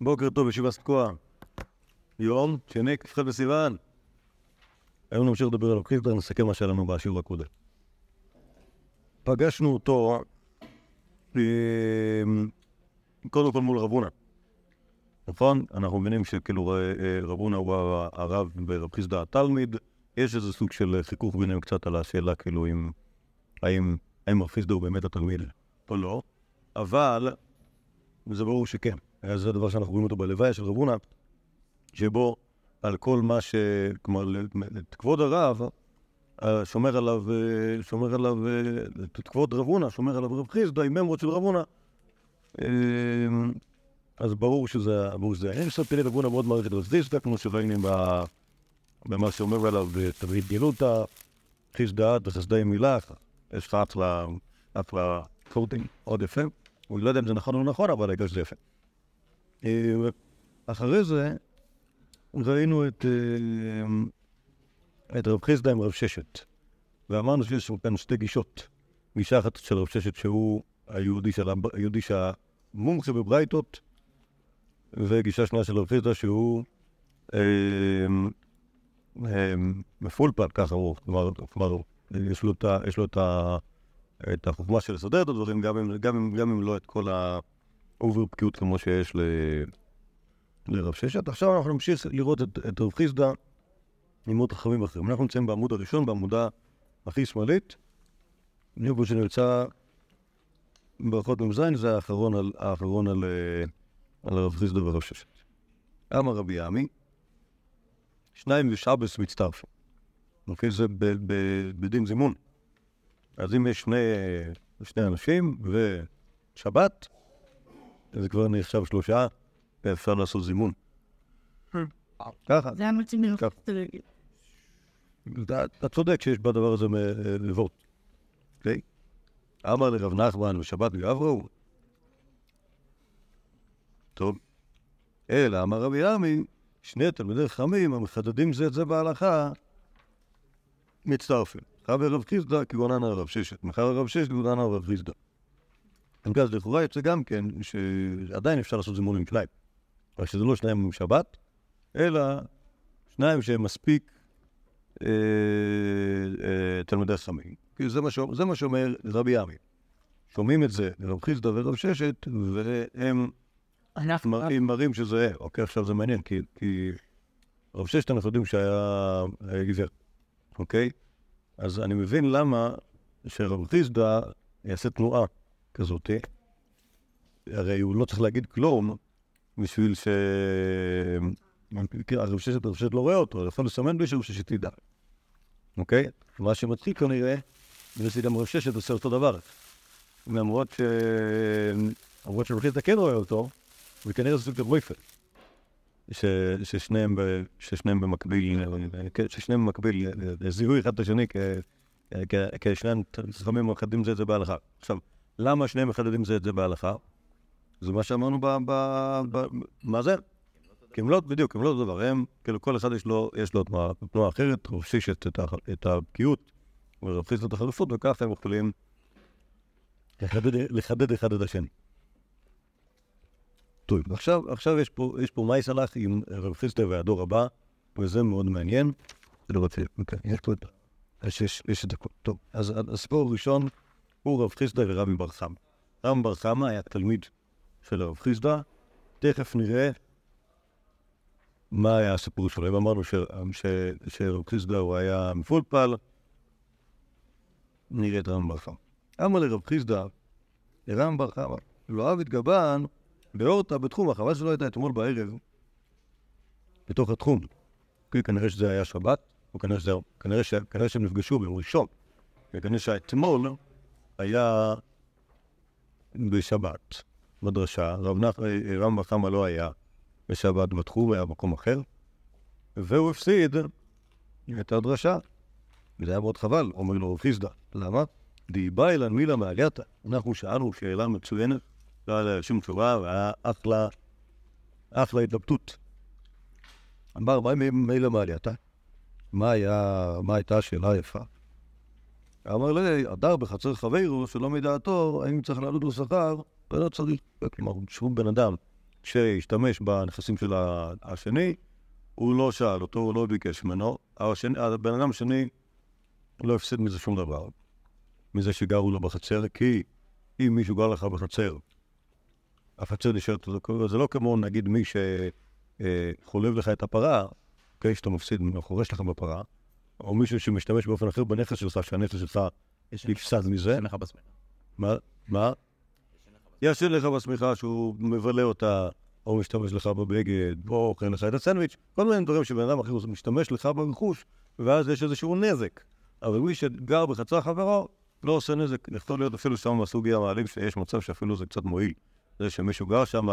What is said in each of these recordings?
בוקר טוב, ישיבה תקוע. יום שני, כ"ח בסיוון. היום נמשיך לדבר על רב חיסדא, נסכם מה שהיה לנו בשיעור הקודם. פגשנו אותו קודם כל מול רב הונא. נכון? אנחנו מבינים שכאילו רב הונא הוא הרב ורב חיסדא התלמיד. יש איזה סוג של חיכוך ביניהם קצת על השאלה כאילו האם רב חיסדא הוא באמת התלמיד או לא. אבל זה ברור שכן. זה הדבר שאנחנו רואים אותו בלוויה של רב הונא, שבו על כל מה כלומר, את כבוד הרב, שומר עליו, את כבוד רב הונא, שומר עליו רב חיסדא, עם ממרות של רב הונא. אז ברור שזה. אין ספק רב הונא מאוד מערכת רב חיסדא, כמו שראינו במה שאומר עליו תביא גילותא, חיסדא וחסדא עם מילך, יש לך אחלה קורטינג, עוד יפה. הוא לא יודע אם זה נכון או לא נכון, אבל העיקר שזה יפה. אחרי זה ראינו את רב חיסדא עם רב ששת, ואמרנו שיש כאן שתי גישות. גישה אחת של רב ששת שהוא היהודי שהמומחה בברייתות, וגישה שנייה של רב חיסדא שהוא מפולפל, ככה הוא, כלומר יש לו את החוכמה של לסדר את הדברים, גם אם לא את כל האובר בקיאות כמו שיש לרב ששת. עכשיו אנחנו נמשיך לראות את רב חיסדא עם עוד חכמים אחרים. אנחנו נמצאים בעמוד הראשון, בעמודה הכי שמאלית. פה שנמצא ברכות מזין, זה האחרון על רב חיסדא ורב ששת. אמר רבי עמי, שניים ושבס מצטרפים. אוקיי, זה בדין זימון. אז אם יש שני אנשים ושבת, זה כבר נחשב שלושה, ואפשר לעשות זימון. ככה. זה המוצאים ללכת. אתה צודק שיש בדבר הזה לבוט. אוקיי? אמר לרב נחמן ושבת ויעברו. טוב. אלא אמר רבי עמי, שני תלמידי חכמים המחדדים זה את זה בהלכה, מצטרפים. חבר רב חיסדא כגונן הרב ששת, מחר הרב ששת כגונן הרב חיסדא. אז לכאורה יוצא גם כן שעדיין אפשר לעשות זימון עם שניים. אבל שזה לא שניים עם שבת, אלא שניים שהם מספיק תלמידי חכמים. כי זה מה שאומר רבי עמי. שומעים את זה לרב חיסדא ורב ששת, והם מראים שזה, אוקיי, עכשיו זה מעניין, כי רב ששת אנחנו יודעים שהיה גזר, אוקיי? אז אני מבין למה שרב חיסדא יעשה תנועה כזאת. הרי הוא לא צריך להגיד כלום בשביל הרב ששת לא רואה אותו, הוא יכול לסמן בלי שרב ששת ידע. אוקיי? מה שמתחיל כנראה, זה גם רב ששת עושה אותו דבר. למרות שרב חיסדא כן רואה אותו, וכנראה זה סוג של רויפל. ששניהם במקביל, זיהוי אחד את השני כשניהם חכמים מחדדים זה את זה בהלכה. עכשיו, למה שניהם מחדדים זה את זה בהלכה? זה מה שאמרנו מה זה? כמלות, בדיוק, כמלות דבר. הם, כאילו כל אחד יש לו תנועה אחרת, רב ששת את הבקיאות, ורב חיסדא את החריפות, וכך הם יכולים לחדד אחד את השני. טוב, עכשיו יש פה מייס הלך עם רב חיסדא והדור הבא, וזה מאוד מעניין. זה לא רוצה, יש פה את יש את הכל. טוב, אז הסיפור הראשון הוא רב חיסדא ורבי בר חמא. רבי בר חמא היה תלמיד של רב חיסדא. תכף נראה מה היה הסיפור שלו. אמרנו שרב חיסדא הוא היה מפולפל. נראה את רבי בר חמא. אמר לרב חיסדא, לרבי בר חמא, לא אהב את גבן, באורתא בתחום, החבל שלא הייתה אתמול בערב, בתוך התחום. כי כנראה שזה היה שבת, או כנראה שהם נפגשו ביום ראשון, וכנראה שהאתמול היה בשבת, בדרשה. רב בר חמא לא היה בשבת בתחום, היה במקום אחר, והוא הפסיד את הדרשה. וזה היה מאוד חבל, אומר לו רב חיסדא. למה? דיבה אילן מילה מעלייתא. אנחנו שאלנו שאלה מצוינת, לא היה שום תשובה, והיה אחלה התלבטות. אמר, מה מילה מעלייתא? מה הייתה השאלה היפה? אמר לי, הדר בחצר חברו שלא מדעתו, האם צריך לעלות לו שכר? ולא צריך. כלומר, שוב בן אדם שהשתמש בנכסים של השני, הוא לא שאל אותו, הוא לא ביקש ממנו. הבן אדם השני לא הפסיד מזה שום דבר, מזה שגרו לו בחצר, כי אם מישהו גר לך בחצר, החצר נשארת, זה לא כמו נגיד מי שחולב לך את הפרה, אוקיי, שאתה מפסיד, חורש לך בפרה, או מישהו שמשתמש באופן אחר בנכס שלך, שהנכס שלך נפסד מזה. ישן לך בסמיכה. מה? ישן לך בסמיכה שהוא מבלה אותה, או משתמש לך בבגד, או אוכל לך את הסנדוויץ', כל מיני דברים שבן אדם אחר משתמש לך ברכוש, ואז יש איזשהו נזק. אבל מי שגר בחצר חברו, לא עושה נזק. יכול להיות אפילו שם בסוגיה המעלים שיש מצב שאפילו זה קצת מועיל. זה שמישהו גר שם,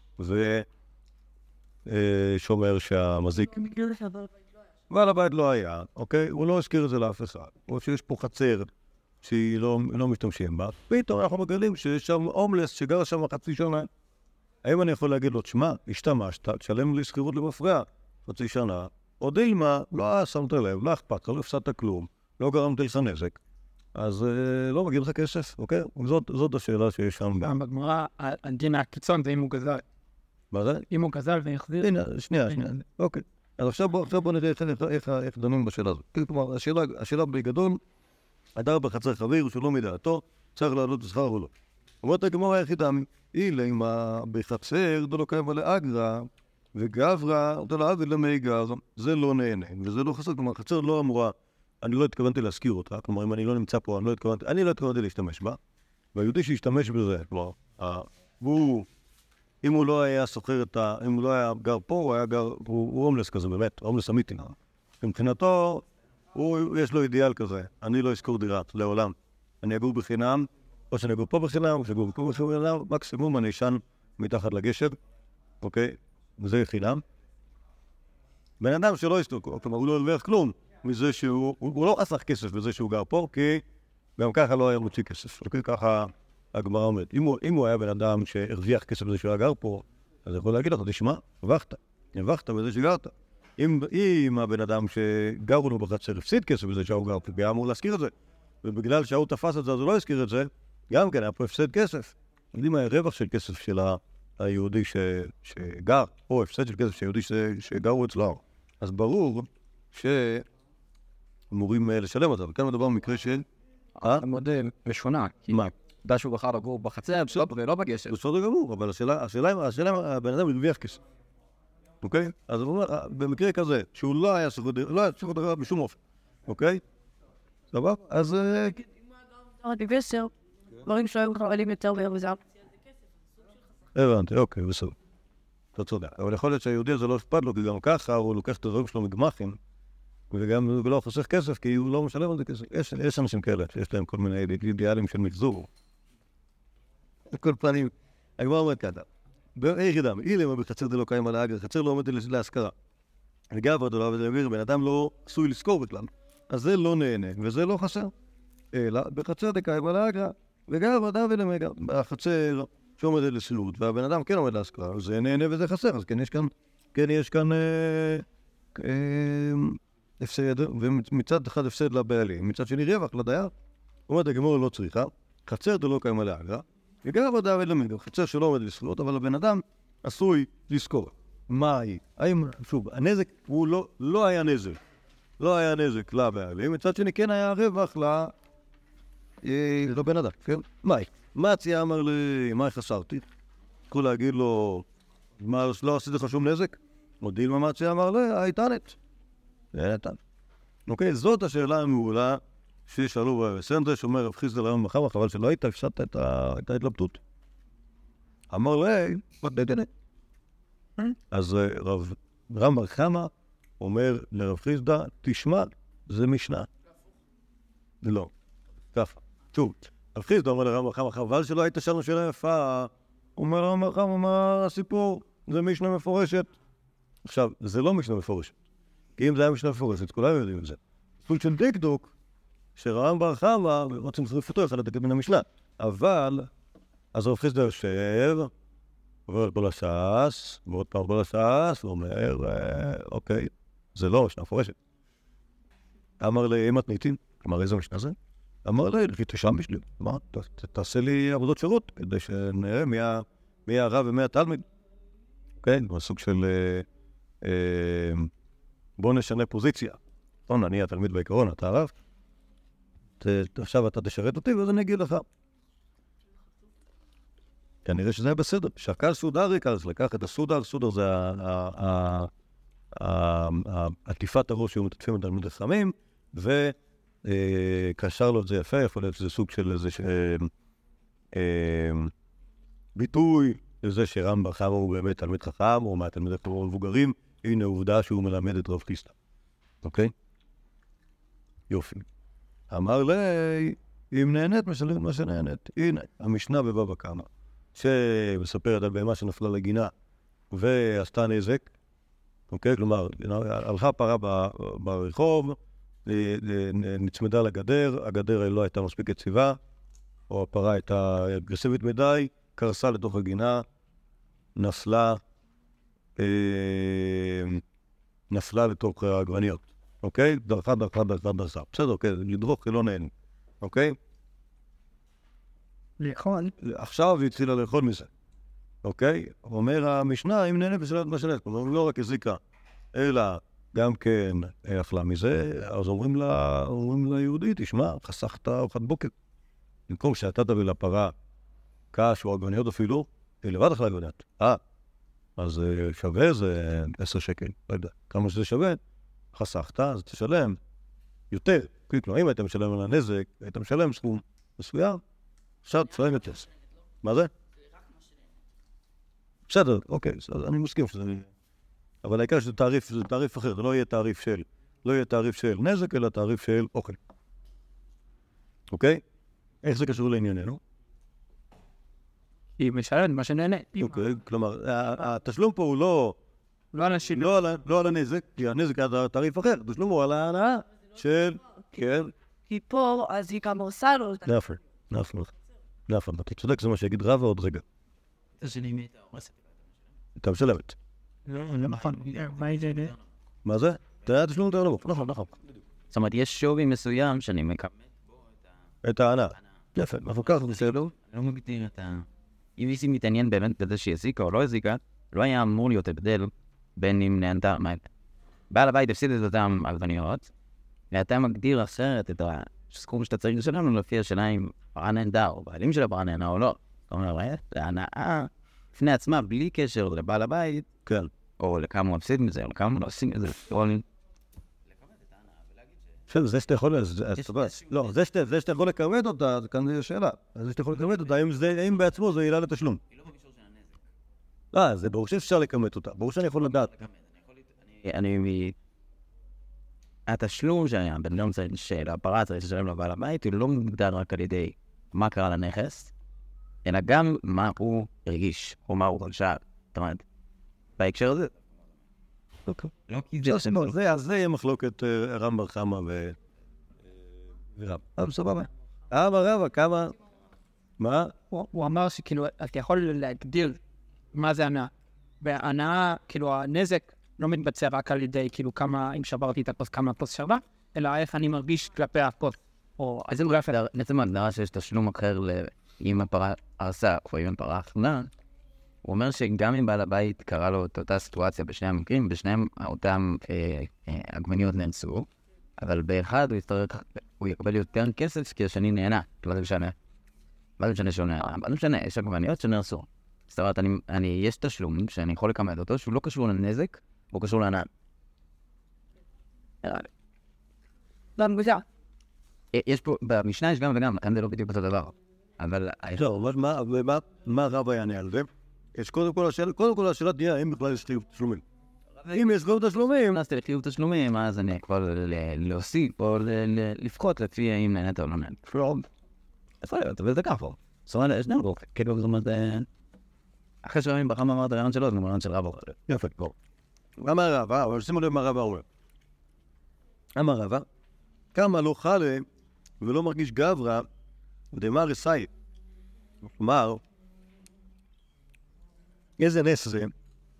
ושומר שהמזיק... בעל הבית לא היה, אוקיי? הוא לא הזכיר את זה לאף אחד. או שיש פה חצר שהיא לא משתמשים בה. פתאום אנחנו מגלים שיש שם הומלס שגר שם חצי שנה. האם אני יכול להגיד לו, תשמע, השתמשת, תשלם לי שכירות למפרע חצי שנה, או דילמה, לא שמת לב, לא אכפת, לא הפסדת כלום, לא גרמת לך נזק, אז לא מגיע לך כסף, אוקיי? זאת השאלה שיש שם. גם בגמרא, הדין הקיצון זה אם הוא גזל. מה זה? אם הוא גזל והחזיר. הנה, שנייה. אוקיי. אז עכשיו בוא נראה איך דנים בשאלה הזאת. כלומר, השאלה בגדול, אדם בחצר חבר שלא מדעתו, צריך לעלות בשכר או לא. אומרת הגמרא היחידה, אילמה בחצר דלא קיימא לאגרא, וגברא דלא הוה למיגר, זה לא נהנה, וזה לא חסר. כלומר, חצר לא אמורה, אני לא התכוונתי להזכיר אותה, כלומר, אם אני לא נמצא פה, אני לא התכוונתי להשתמש בה, והיהודי שהשתמש בזה, כלומר, אם הוא לא היה סוחר אם הוא לא היה גר פה, הוא היה גר, הוא הומלס כזה, באמת, הומלס אמיתי. מבחינתו, יש לו אידיאל כזה, אני לא אזכור דירה, לעולם. אני אגור בחינם, או שאני אגור פה בחינם, או שאני אגור פה בחינם, מקסימום אני אשן מתחת לגשר, אוקיי? וזה חינם. בן אדם שלא יסתור, כלומר, הוא לא הרוויח כלום מזה הוא לא חסך כסף בזה שהוא גר פה, כי גם ככה לא היה מוציא כסף, אוקיי? ככה הגמרא אומרת. אם הוא היה בן אדם שהרוויח כסף בזה שהוא היה גר פה, אז יכול להגיד לך, תשמע, הרווחת בזה שגרת. אם הבן אדם שגרו לו בחצר הפסיד כסף בזה שהוא גר פה, היה אמור להזכיר את זה. ובגלל שהוא תפס את זה, אז הוא לא הזכיר את זה, גם כן היה פה הפסד כסף. יודעים מה הרווח של כסף של היהודי שגר, או הפסד של כסף של היהודי שגרו אצלו. אז ברור שאמורים לשלם אותה, וכאן מדובר במקרה של... המודל משונה. מה? דע שהוא בחר לגור בחצר, ולא בגשר. בסדר גמור, אבל השאלה אם הבן אדם הרוויח כסף. אוקיי? אז הוא אומר, במקרה כזה, שהוא לא היה סוכר דירה בשום אופן. אוקיי? סבבה? אז... בגשר, דברים שהיו חרלים יותר וירוזם. הבנתי, אוקיי, בסדר. אתה צודק. אבל יכול להיות שהיהודי הזה לא אכפת לו, כי גם ככה הוא לוקח את הדברים שלו מגמחים, וגם הוא לא חוסך כסף, כי הוא לא משלם על זה כסף. יש אנשים כאלה שיש להם כל מיני אידיאלים של מחזור. כל פנים, הגמרא אומרת ככה. היחידה, אילמה בחצר דלא קיימא לאגרא, חצר לא עומדת להשכרה. וגברא דלא הוה למיגר, בן אדם לא עשוי לשכור בכלל. אז זה לא נהנה, וזה לא חסר. אלא בחצר דקיימא לאגרא, וגברא דלא הוה למיגר. בחצר שעומדת לשכירות, והבן אדם כן עומד להשכרה, זה נהנה וזה חסר. אז כן יש כאן הפסד, ומצד אחד הפסד לבעלים, מצד שני רווח לדייר. אומרת הגמרא לא צריכה, חצר דלא קיימא לאגרא, וגברא דלא הוה למיגר, חצר שלא עומד לשכירות, אבל הבן אדם עשוי לשכור. מה היא? האם, שוב, הנזק הוא לא היה נזק. לא היה נזק לבעלים, מצד שני כן היה רווח לבן אדם, כן? מהי? מה הציע אמר לי, מה חסרתי? יכול להגיד לו, מה, לא עשיתי לך שום נזק? מודיל מה הציע אמר לי, הייתנת. זה נתן. אוקיי, זאת השאלה המעולה ששאלו בסנדרה, שאומר רב חיסדא ליום מחר, חבל שלא היית, הפסדת את ההתלבטות. אמר לי, בדדנה. אז רב בר חמא אומר לרב חיסדא, תשמע, זה משנה. לא, ככה. שוב, רב חיסדא אומר לרב בר חמא, חבל שלא היית שאלנו שאלה יפה. אומר רב בר חמא, מה הסיפור? זה משנה מפורשת. עכשיו, זה לא משנה מפורשת. כי אם זה היה משנה מפורשת, כולם יודעים את זה. סוג של דקדוק, שרב בר חמא, רוצים לצרף אותו, יכול לדקד מן המשנה. אבל, אז רב חיסדא יושב, עובר על כל הש"ס, ועוד פעם כל הש"ס, ואומר, אוקיי, זה לא משנה מפורשת. אמר לי, אם את ניתין, אמר איזה משנה זה? אמר לי, לפי תשעה משלים. מה? תעשה לי עבודות שירות, כדי שנראה מי הרב ומי התלמיד. אוקיי? סוג של בוא נשנה פוזיציה. נכון, אני התלמיד בעיקרון, אתה הרב. עכשיו אתה תשרת אותי, ואז אני אגיד לך. כנראה שזה היה בסדר. שקל סודר יקרס, לקח את הסודר, סודר זה עטיפת הראש שהוא מטפים את תלמיד החכמים, וקשר לו את זה יפה, יכול להיות שזה סוג של איזה ביטוי לזה שרמב"ם חמה הוא באמת תלמיד חכם, או מהתלמיד המבוגרים, הנה עובדה שהוא מלמד את רב חיסדא. אוקיי? יופי. אמר לי, אם נהנית, משלמת מה שנהנית. הנה, המשנה בבבא קמא, שמספרת על בהמה שנפלה לגינה ועשתה נזק, אוקיי? כלומר, הלכה פרה ברחוב, נצמדה לגדר, הגדר לא הייתה מספיק יציבה, או הפרה הייתה אגרסיבית מדי, קרסה לתוך הגינה, נפלה לתוך העגבניות, אוקיי? דרכה. בסדר, אוקיי, לדרוך כי לא נהנה, אוקיי? לאכול. עכשיו היא התחילה לאכול מזה, אוקיי? אומר המשנה, אם נהנה בשלט משלט, כלומר, לא רק הזיקה, אלא גם כן אכלה מזה, אז אומרים ליהודי, תשמע, חסכת ארוחת בוקר. במקום שאתה תביא לפרה קש או עגבניות אפילו, היא לבד אכלה עגבניות. אז שווה זה 10 שקל, לא יודע. כמה שזה שווה, חסכת, אז תשלם יותר. כלומר, אם היית משלם על הנזק, היית משלם סכום מסוים, עכשיו תשלם יותר. מה זה? בסדר, אוקיי, אני מסכים שזה... אבל העיקר שזה תעריף אחר, זה לא יהיה תעריף של נזק, אלא תעריף של אוכל. אוקיי? איך זה קשור לענייננו? היא משלמת מה שנהנה. אוקיי, כלומר, התשלום פה הוא לא על הנזק, כי הנזק היה תעריף אחר, התשלום הוא על ההנאה של... כן. כי פה, אז היא גם עושה לו. נכון, אתה צודק, זה מה שיגיד רבא עוד רגע. אתה משלמת. לא נכון, מה זה? מה זה? תראה, התשלום יותר נמוך, נכון. זאת אומרת, יש שווי מסוים שאני מקמת בו את ההנאה. יפה, מפוקח בסדר. אני לא מגדיר את ה... אם הייתי מתעניין באמת בזה שהזיקה או לא הזיקה, לא היה אמור להיות הבדל בין אם נהנתה... בעל הבית הפסיד את אותם עגבניות, ואתה מגדיר אחרת את הסכום שאתה צריך לשלם לו לפי השאלה אם פרה נהנתה או בעלים של הפרה נהנה או לא. זאת אומרת, ההנאה לפני עצמה, בלי קשר לבעל הבית, כן. או לכמה הוא הפסיד מזה, או לכמה הוא לא הפסיד מזה, זה שאתה יכול... לא, זה שאתה יכול לקמת אותה, כאן זו שאלה. זה שאתה יכול לקמת אותה, האם בעצמו זה עילה לתשלום. היא לא במישור של הנזק. זה ברור שאפשר לקמת אותה. ברור שאני יכול לדעת. התשלום שהיה, בן אדם צריך של הפרה צריך לשלם לבעל הבית, הוא לא מוגדר רק על ידי מה קרה לנכס, אלא גם מה הוא הרגיש, או מה הוא חשב. זאת אומרת, בהקשר הזה. לא כי זה... אז זה יהיה מחלוקת רמב"ם חמה ורב. סבבה. רבא, כמה... מה? הוא אמר שכאילו, אתה יכול להגדיר מה זה הנאה. והנאה, כאילו, הנזק לא מתבצע רק על ידי, כאילו, כמה, אם שברתי את הכוס, כמה הכוס שווה, אלא איך אני מרגיש כלפי הכוס. אז זה בעצם ההגדרה שיש תשלום אחר אם הפרה הרסה, או אם הפרה אכלה. הוא אומר שגם אם בעל הבית קרא לו את אותה סיטואציה בשני המקרים, בשניהם אותם עגבניות נאנסו, אבל באחד הוא יקבל יותר כסף כי השני נהנה. לא זה משנה. מה זה משנה שהוא נהנה? מה זה משנה? יש עגבניות שנאנסו. זאת אומרת, יש תשלום שאני יכול לקמת אותו, שהוא לא קשור לנזק, הוא קשור להנאה. במגוזה. יש פה, במשנה יש גם וגם, לכן זה לא בדיוק אותו דבר. אבל... לא, מה רבא יענה על זה? יש קודם כל השאלה תהיה, האם בכלל יש חיוב תשלומים. אם יש חיוב תשלומים... נכנסתי לחיוב תשלומים, אז אני יכול להוסיף או לפחות לפי האם נהנית או לא נהנית. איפה להיות? אבל זה ככה. זאת אומרת, יש נהנית. כאילו, זאת אומרת... אחרי שרבים בחם אמרת הרעיון שלו, זה הרעיון של רבא. יפה, בוא. אמר רבא, אבל שימו לב מה רבא אומר. אמר רבא, כמה לא חלה ולא מרגיש גברא, דמר רסאי. כלומר, איזה נס זה,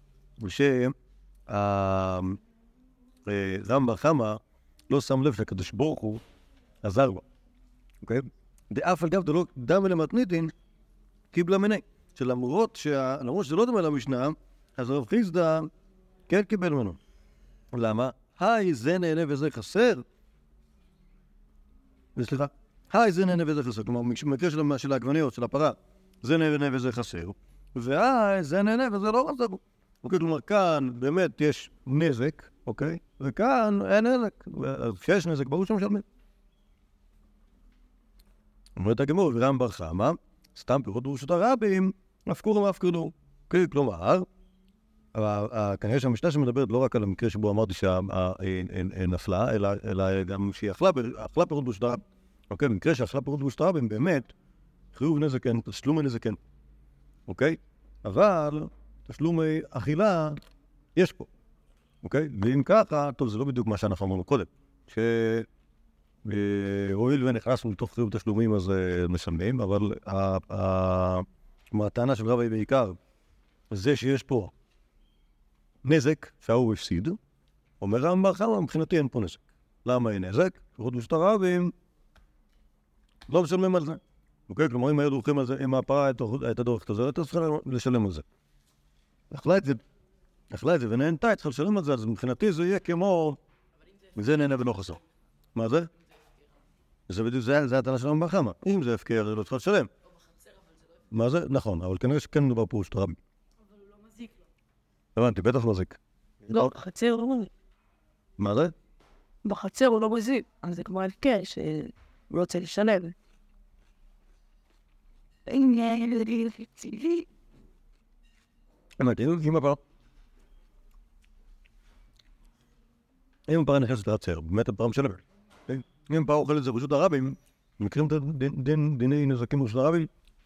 שרמב"ם חמה לא שם לב שהקדוש ברוך הוא עזר לו. אוקיי? דאף על גב דמי למתניתין קיבלה מיני. שלמרות שזה לא דומה למשנה, אז רב חיסדא כן קיבל ממנו. למה? היי, זה נהנה וזה חסר. סליחה. היי, זה נהנה וזה חסר. כלומר, במקרה של העגבניות, של הפרה, זה נהנה וזה חסר. והי, זה נהנה וזה לא חסר. אוקיי, כלומר, כאן באמת יש נזק, אוקיי? וכאן אין נזק. כשיש נזק, ברור שמשלמים. אומרת הגמור, ורם בר חמא, סתם פירות ברשות הרבים, הפקורו מהפקדו. אוקיי, כלומר, כנראה שהמשנה שמדברת לא רק על המקרה שבו אמרתי שנפלה, אלא גם שהיא אכלה פירות ברשות הרבים. אוקיי, במקרה שאכלה פירות ברשות הרבים, באמת, חיוב נזק אין, תשלומי נזק אין. אוקיי? אבל תשלומי אכילה יש פה. אוקיי? ואם ככה, טוב, זה לא בדיוק מה שאנחנו אמרנו קודם. שהואיל ונכנסנו לתוך חיוב תשלומים אז משלמים, אבל הטענה של רבי בעיקר, זה שיש פה נזק שההוא הפסיד, אומר רם בר חמא, מבחינתי אין פה נזק. למה אין נזק? פירות ברשות הרבים לא משלמים על זה. אוקיי? כלומר, אם היו דורכים על זה, אם הפרה הייתה דורכת על זה, אתה צריך לשלם על זה. אכלה את זה ונהנתה, צריך לשלם על זה, אז מבחינתי זה יהיה כמו... זה נהנה ולא חסר. מה זה? זה בדיוק, זה הטענה של רם בר חמא. אם זה הפקר, לא צריך לשלם. מה זה? נכון, אבל כנראה שכן מדובר פה ברשות הרבים. אבל הוא לא מזיק לו. הבנתי, בטח מזיק. לא, בחצר הוא לא מזיק. מה זה? בחצר הוא לא מזיק. אז זה כמו הפקר שהוא לא רוצה לשלם. אמרתי, אם הפרה נכנסת לעצר, באמת הפרה משלמת. אם הפרה אוכל את זה ברשות הרבים, מכירים את דיני נזקים ברשות הרבים?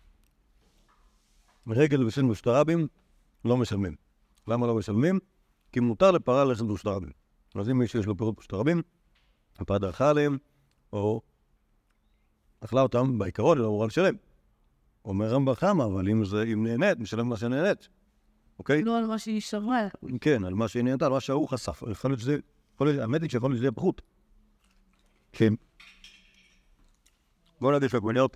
רגל וסין ברשות הרבים לא משלמים. למה לא משלמים? כי מותר לפרה ללכת ברשות הרבים. אז אם מישהו יש לו פירות ברשות הרבים, הפרה דרכה עליהם, או אכלה אותם, בעיקרון היא לא אמורה לשלם. אומר רם בר חמא, אבל אם נהנית, משלם מה שנהנית. אוקיי? לא על מה שהיא שווה. כן, על מה שהיא נהנתה, על מה שההוא חשף. יכול להיות שזה, האמת היא שיכול להיות שזה יהיה פחות. כן. בואו נגיד שעגבניות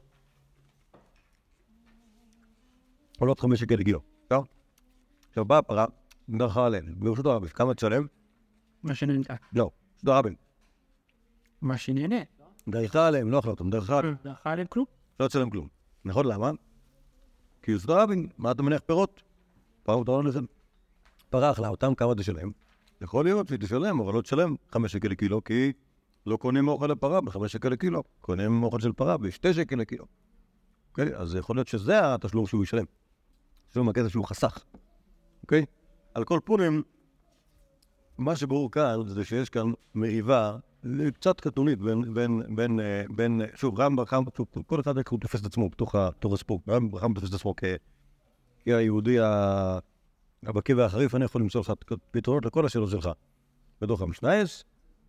עולות 5 שקל לקילו. טוב? עכשיו באה הפרה, דרכה עליהם, ברשות הרבים. כמה תשלם? מה שנהנתה. לא, ברשות הרבים. מה שנהנה. דרכה עליהם, לא אכלה אותם, דרכה עליהם. דרכה עליהם כלום. לא תשלם כלום. נכון, למה? כי ברשות הרבים, מה אתה מניח פירות? פרה מותר לא לשלם. פרה אכלה אותם, כמה תשלם? יכול להיות שהיא תשלם, אבל לא תשלם 5 שקל לקילו, כי לא קונים אוכל לפרה ב5 שקל לקילו. קונים אוכל של פרה ב2 שקל לקילו. אוקיי? אז יכול להיות שזה התשלום שהוא ישלם. תשלום הכסף שהוא חסך. אוקיי? על כל פונים, מה שברור כאן זה שיש כאן מריבה קצת קטנונית בין שוב, רם בר חמא, כל אחד הוא תופס את עצמו בתוך הספורט. רם בר חמא תופס את עצמו כיהודי הבקיא והחריף, אני יכול למצוא לך פתרונות לכל השאלות שלך בתוך המשנייס,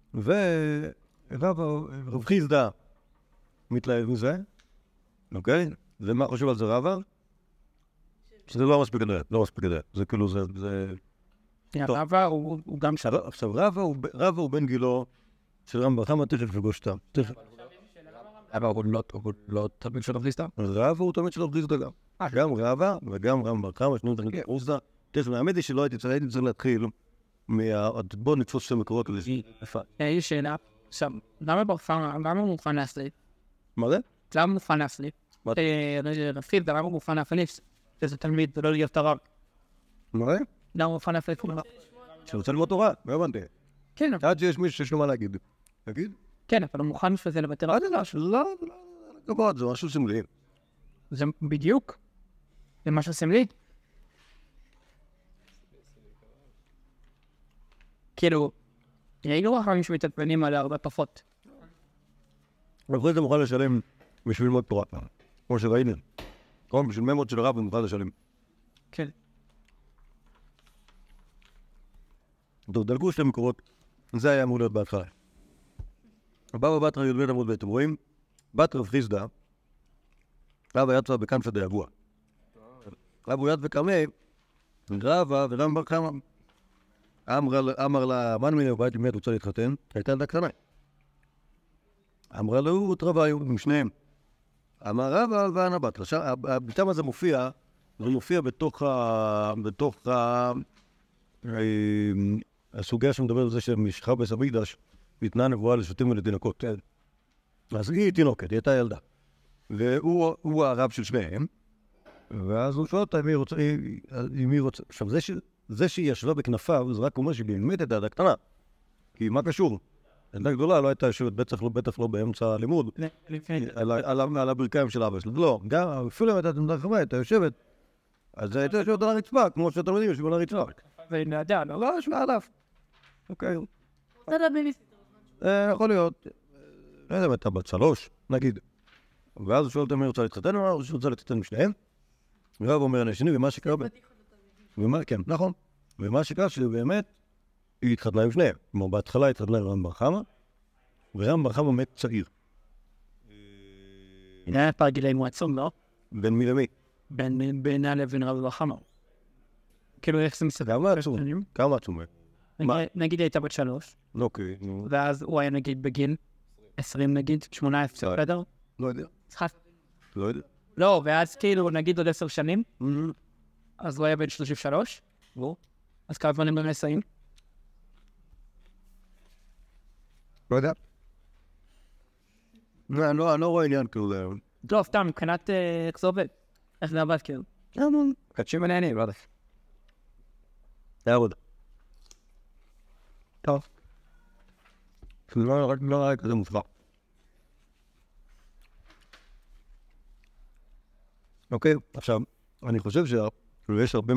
ורב חיסדא מתלהב מזה, אוקיי? ומה חושב על זה רבא? שזה לא מספיק גדול, זה כאילו זה... רבא הוא גם שווה. עכשיו רבא הוא בן גילו של רם בר חמא, תכף לפגוש אותם. אבל הוא לא תלמיד של רב חיסדא? רבא הוא תלמיד של רב חיסדא גם. גם רבא וגם רם בר חמא, שניהם תלמיד של רב חיסדא. תכף, האמת היא שלא הייתי צריך להתחיל בואו נתפוס שתי מקורות לזה. יש שאלה. עכשיו, למה הוא מוכן להסליף? מה זה? למה הוא מוכן להסליף? רב חיסדא, למה הוא מוכן להסליף? איזה תלמיד ולא להיות הרב. מה זה? למה הוא מוכן להסליף? שרוצה ללמוד תורה, לא הבנתי. כן, עד שיש מישהו שיש לו מה להגיד. תגיד? כן, אבל הוא מוכן שזה לוותר. לא, כבוד, זה משהו סמלי. זה בדיוק. זה משהו סמלי. כאילו, ראינו אחרים שמתעצבנים על הרבה פחות. רב חיסדא מוכן לשלם בשביל ללמוד תורה. כמו שראינו. בשביל ממות של רב הוא מוכן לשלם. כן. טוב, דלגו שתי מקורות. זה היה אמור להיות בהתחלה. הבבא בתרא י"ב עמוד ב', אתם רואים? בת רב חיסדא, רבא יצא בקנפא דאבוה. רבו יד וקמא, רבא ורם בר חמא. אמר לה, מן מיני ובית באמת רוצה להתחתן, הייתה ילדה קטנה. אמרה לו, תרוויו, עם שניהם. אמר רבא ואנה בת. הביטם הזה מופיע, זה מופיע בתוך הסוגיה שמדבר על זה שמשחה בית המקדש ניתנה נבואה לשוטים ולתינוקות. אז היא תינוקת, היא הייתה ילדה. והוא הרב של שניהם, ואז הוא שואל אותה אם היא רוצה. עכשיו, זה שהיא ישבה בכנפיו, זה רק אומר שהיא באמת הייתה ילדה קטנה. כי מה קשור? ילדה גדולה לא הייתה יושבת, בטח לא באמצע הלימוד, על הברכיים של אבא שלה. לא, גם אפילו אם הייתה תלמידה חכמה, הייתה יושבת, אז הייתה יושבת על הרצפה, כמו שהתלמידים יושבים על הרצפה. ונדע, לא יושבה עליו. אוקיי. רוצה לדבר יכול להיות. לא יודע, הייתה בת 3, נגיד. ואז הוא שואל אותה מי רוצה להתחתן, הוא רוצה להתחתן משניהם. והוא אומר לשני, ומה שקרה... כן, נכון. ומה שקרה שבאמת היא התחתנה עם שניהם. כלומר, בהתחלה התחתנה עם רם בר חמא, ורם בר חמא מת צעיר. היה פער גילאים עצום, לא? בין מי למי? בינה לבין רב בר חמא. כאילו, איך זה מסתכל? כמה עצום? נגיד הייתה בת 3. אוקיי. ואז הוא היה נגיד בגיל 20 נגיד, 18, בסדר? לא יודע. לא יודע. לא, ואז כאילו נגיד עוד 10 שנים, אז הוא היה בן 33. אז כמה זמן הם נשאים? לא יודע. אני לא רואה עניין כאילו. לא, סתם, מבחינת איך זה עובד. איך זה עבד כאילו. קדשים ונהנים, לא יודע. זה עבוד. טוב. לא רק כזה מופרע. אוקיי, עכשיו, אני חושב שיש הרבה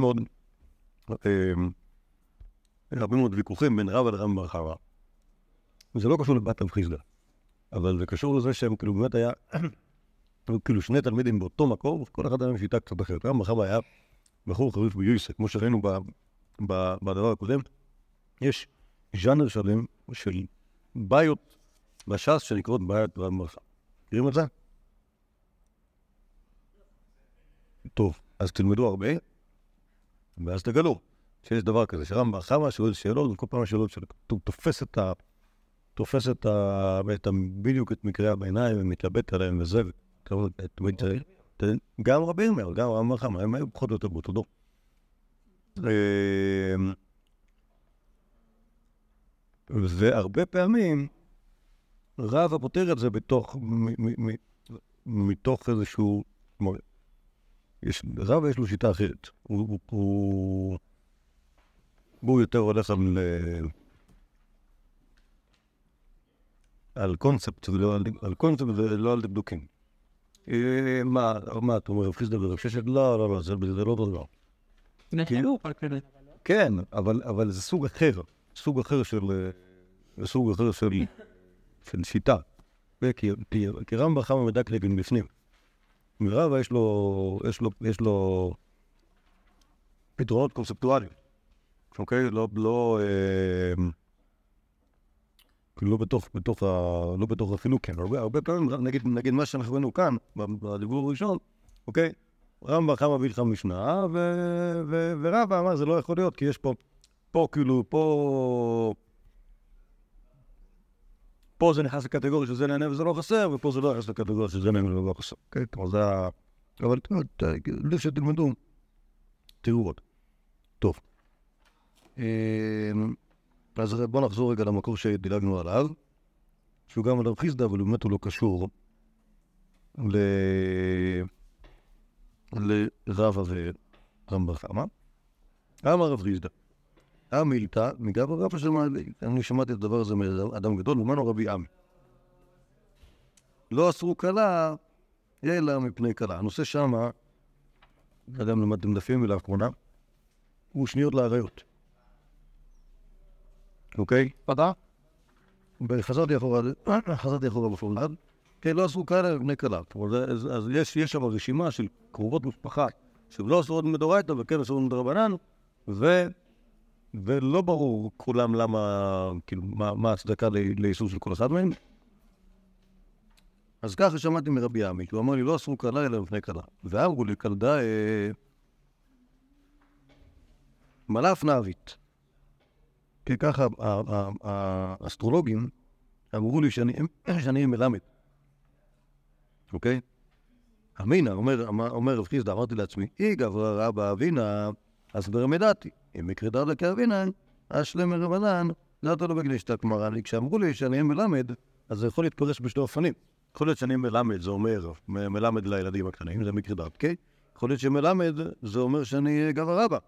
מאוד ויכוחים בין רבא לרם בר חמא. וזה לא קשור לבת רב חיסדא, אבל זה קשור לזה שהם כאילו באמת היו כאילו שני תלמידים באותו מקום, וכל אחד היה שיטה קצת אחרת. רם בר חמא היה בחור חריף ביוסף, כמו שראינו בדבר הקודם. יש ז'אנר שלם של בעיות בש"ס שנקראות בעיות רם בר חמא. מכירים את זה? טוב, אז תלמדו הרבה, ואז תגלו שיש דבר כזה, שרם בר חמא שואל שאלות, וכל פעם השאלות שלו תופס בדיוק את מקרי הביניים, ומתלבט עליהם וזה, גם רבי ירמיה, גם רם בר חמא, הם היו פחות או יותר באותו דור. והרבה פעמים רבא פותר את זה מתוך איזשהו... רבא יש לו שיטה אחרת. הוא יותר הולך על קונספט ולא על דקדוקים. מה, אתה אומר, רב חיסדא ורב ששת? לא, זה לא אותו דבר. כן, אבל זה סוג אחר של שיטה. כי רם בר חמא מדקדק מבפנים. ורבא יש לו פתרונות קונספטואליים. אוקיי? לא בתוך החילוק, הרבה פעמים, נגיד מה שאנחנו ראינו כאן, בדיבור הראשון, אוקיי? רם בר חמא הביא לך משנה, ורבא אמר, זה לא יכול להיות, כי יש פה זה נכנס לקטגוריה שזה נהנה וזה לא חסר, ופה זה לא נכנס לקטגוריה שזה נהנה וזה לא חסר. אוקיי? כלומר זה אבל שתלמדו, תראו עוד. טוב. אז בואו נחזור רגע למקור שדילגנו עליו, שהוא גם על רב חיסדא, אבל באמת הוא לא קשור לרבא ורם בר חמא. אמר רב חיסדא, המילתא מגב רבא שמעלי. אני שמעתי את הדבר הזה מאדם גדול, ומנו רבי עמי. לא אסרו כלה, אלא מפני כלה. הנושא שמה, אדם למדתם דפים לאחרונה, הוא שניות לעריות. אוקיי? תודה. וחזרתי אחורה בפולד, כן, לא אסרו כלה מפני כלה. אז יש שם רשימה של קרובות משפחה, שלא אסרו מדאורייתא וכן אסרו מדרבנן, ולא ברור כולם למה, כאילו, מה ההצדקה לאיסור של כל אחד מהם. אז ככה שמעתי מרבי עמי, הוא אמר לי, לא אסרו כלה אלא לפני כלה. ואמרו לי, כלדה מלאף נאווית. כי ככה האסטרולוגים אמרו לי שאני מלמד. אוקיי? אמינא, אומר רב חיסדא, אמרתי לעצמי, גברא רבא אבינה, אז ברמדתי. אם מקרי דרדה כאבינן, השלם מרבנן, דעתו לא בגלישתא. כלומר, כשאמרו לי שאני מלמד, אז זה יכול להתפרש בשתי אופנים. יכול להיות שאני מלמד, זה אומר, מלמד לילדים הקטנים, זה מקרי דרדה, כן? יכול להיות שמלמד, זה אומר שאני גבר רבא.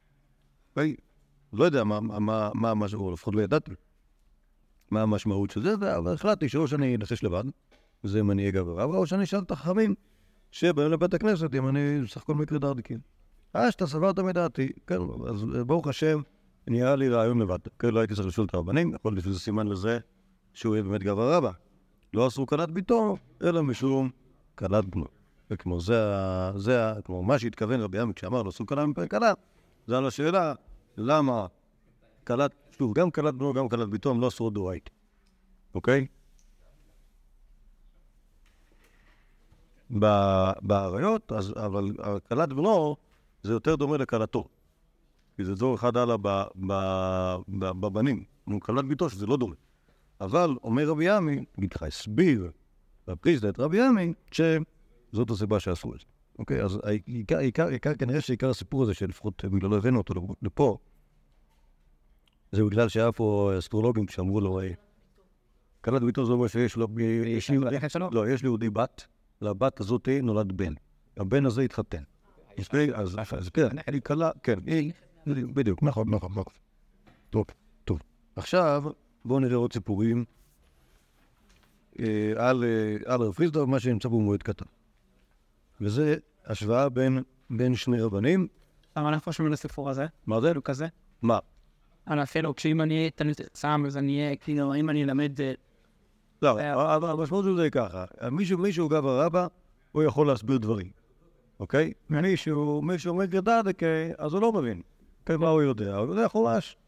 לא יודע מה המשמעות, לפחות לא ידעתי מה המשמעות של זה, אבל החלטתי שאו שאני אנסש לבד, זה אם אני אהיה גבר רבא, או שאני אשאל את החכמים שבאים לבית הכנסת, אם אני סך הכל מקרי דרדיקין. שאתה סברת מדעתי, כן, אז ברוך השם, נראה לי רעיון לבד. כן, לא הייתי צריך לשאול את הרבנים, יכול להיות שזה סימן לזה שהוא יהיה באמת גבר רבא. לא אסרו כלת ביתו, אלא משום כלת בנו. וכמו כמו מה שהתכוון רבי עמי כשאמר לא אסרו כלה מפני כלה, זה על השאלה, למה כלת, שוב, גם כלת בנו, גם כלת ביתו, הם לא אסרו דאורייתא. אוקיי? בעריות, אבל כלת בנו זה יותר דומה לכלתו. כי זה דור אחד הלאה בבנים. כלת ביתו שזה לא דומה. אבל אומר רבי עמי, נגיד לך, הסביר בפריזדה את רבי עמי, שזאת הסיבה שעשו את זה. אוקיי, אז כנראה שעיקר הסיפור הזה, שלפחות בגלל לא הבאנו אותו לפה, זה בגלל שהיה פה אסטרולוגים שאמרו לו, כלת ביתו זה אומר שיש לו, יש לי יהודי בת, לבת הזאת נולד בן. הבן הזה התחתן. אז כן, אני קלה, כן, בדיוק, נכון. טוב. עכשיו, בואו נראה עוד סיפורים על רב חיסדא ומה שנמצא בו מועד קטן. וזה השוואה בין שני רבנים. למה אנחנו שומעים לסיפור הזה? מה זה? כזה? מה? אני אפילו, כשאם אני אהיה תלמיד חכם, אז אני אהיה, כאילו, אם אני אלמד... לא, אבל המשמעות של זה ככה. מישהו גבר רבא, הוא יכול להסביר דברים. אוקיי? מישהו מקרי דרדיקי, אז הוא לא מבין. כן, מה הוא יודע? הוא יודע חולש.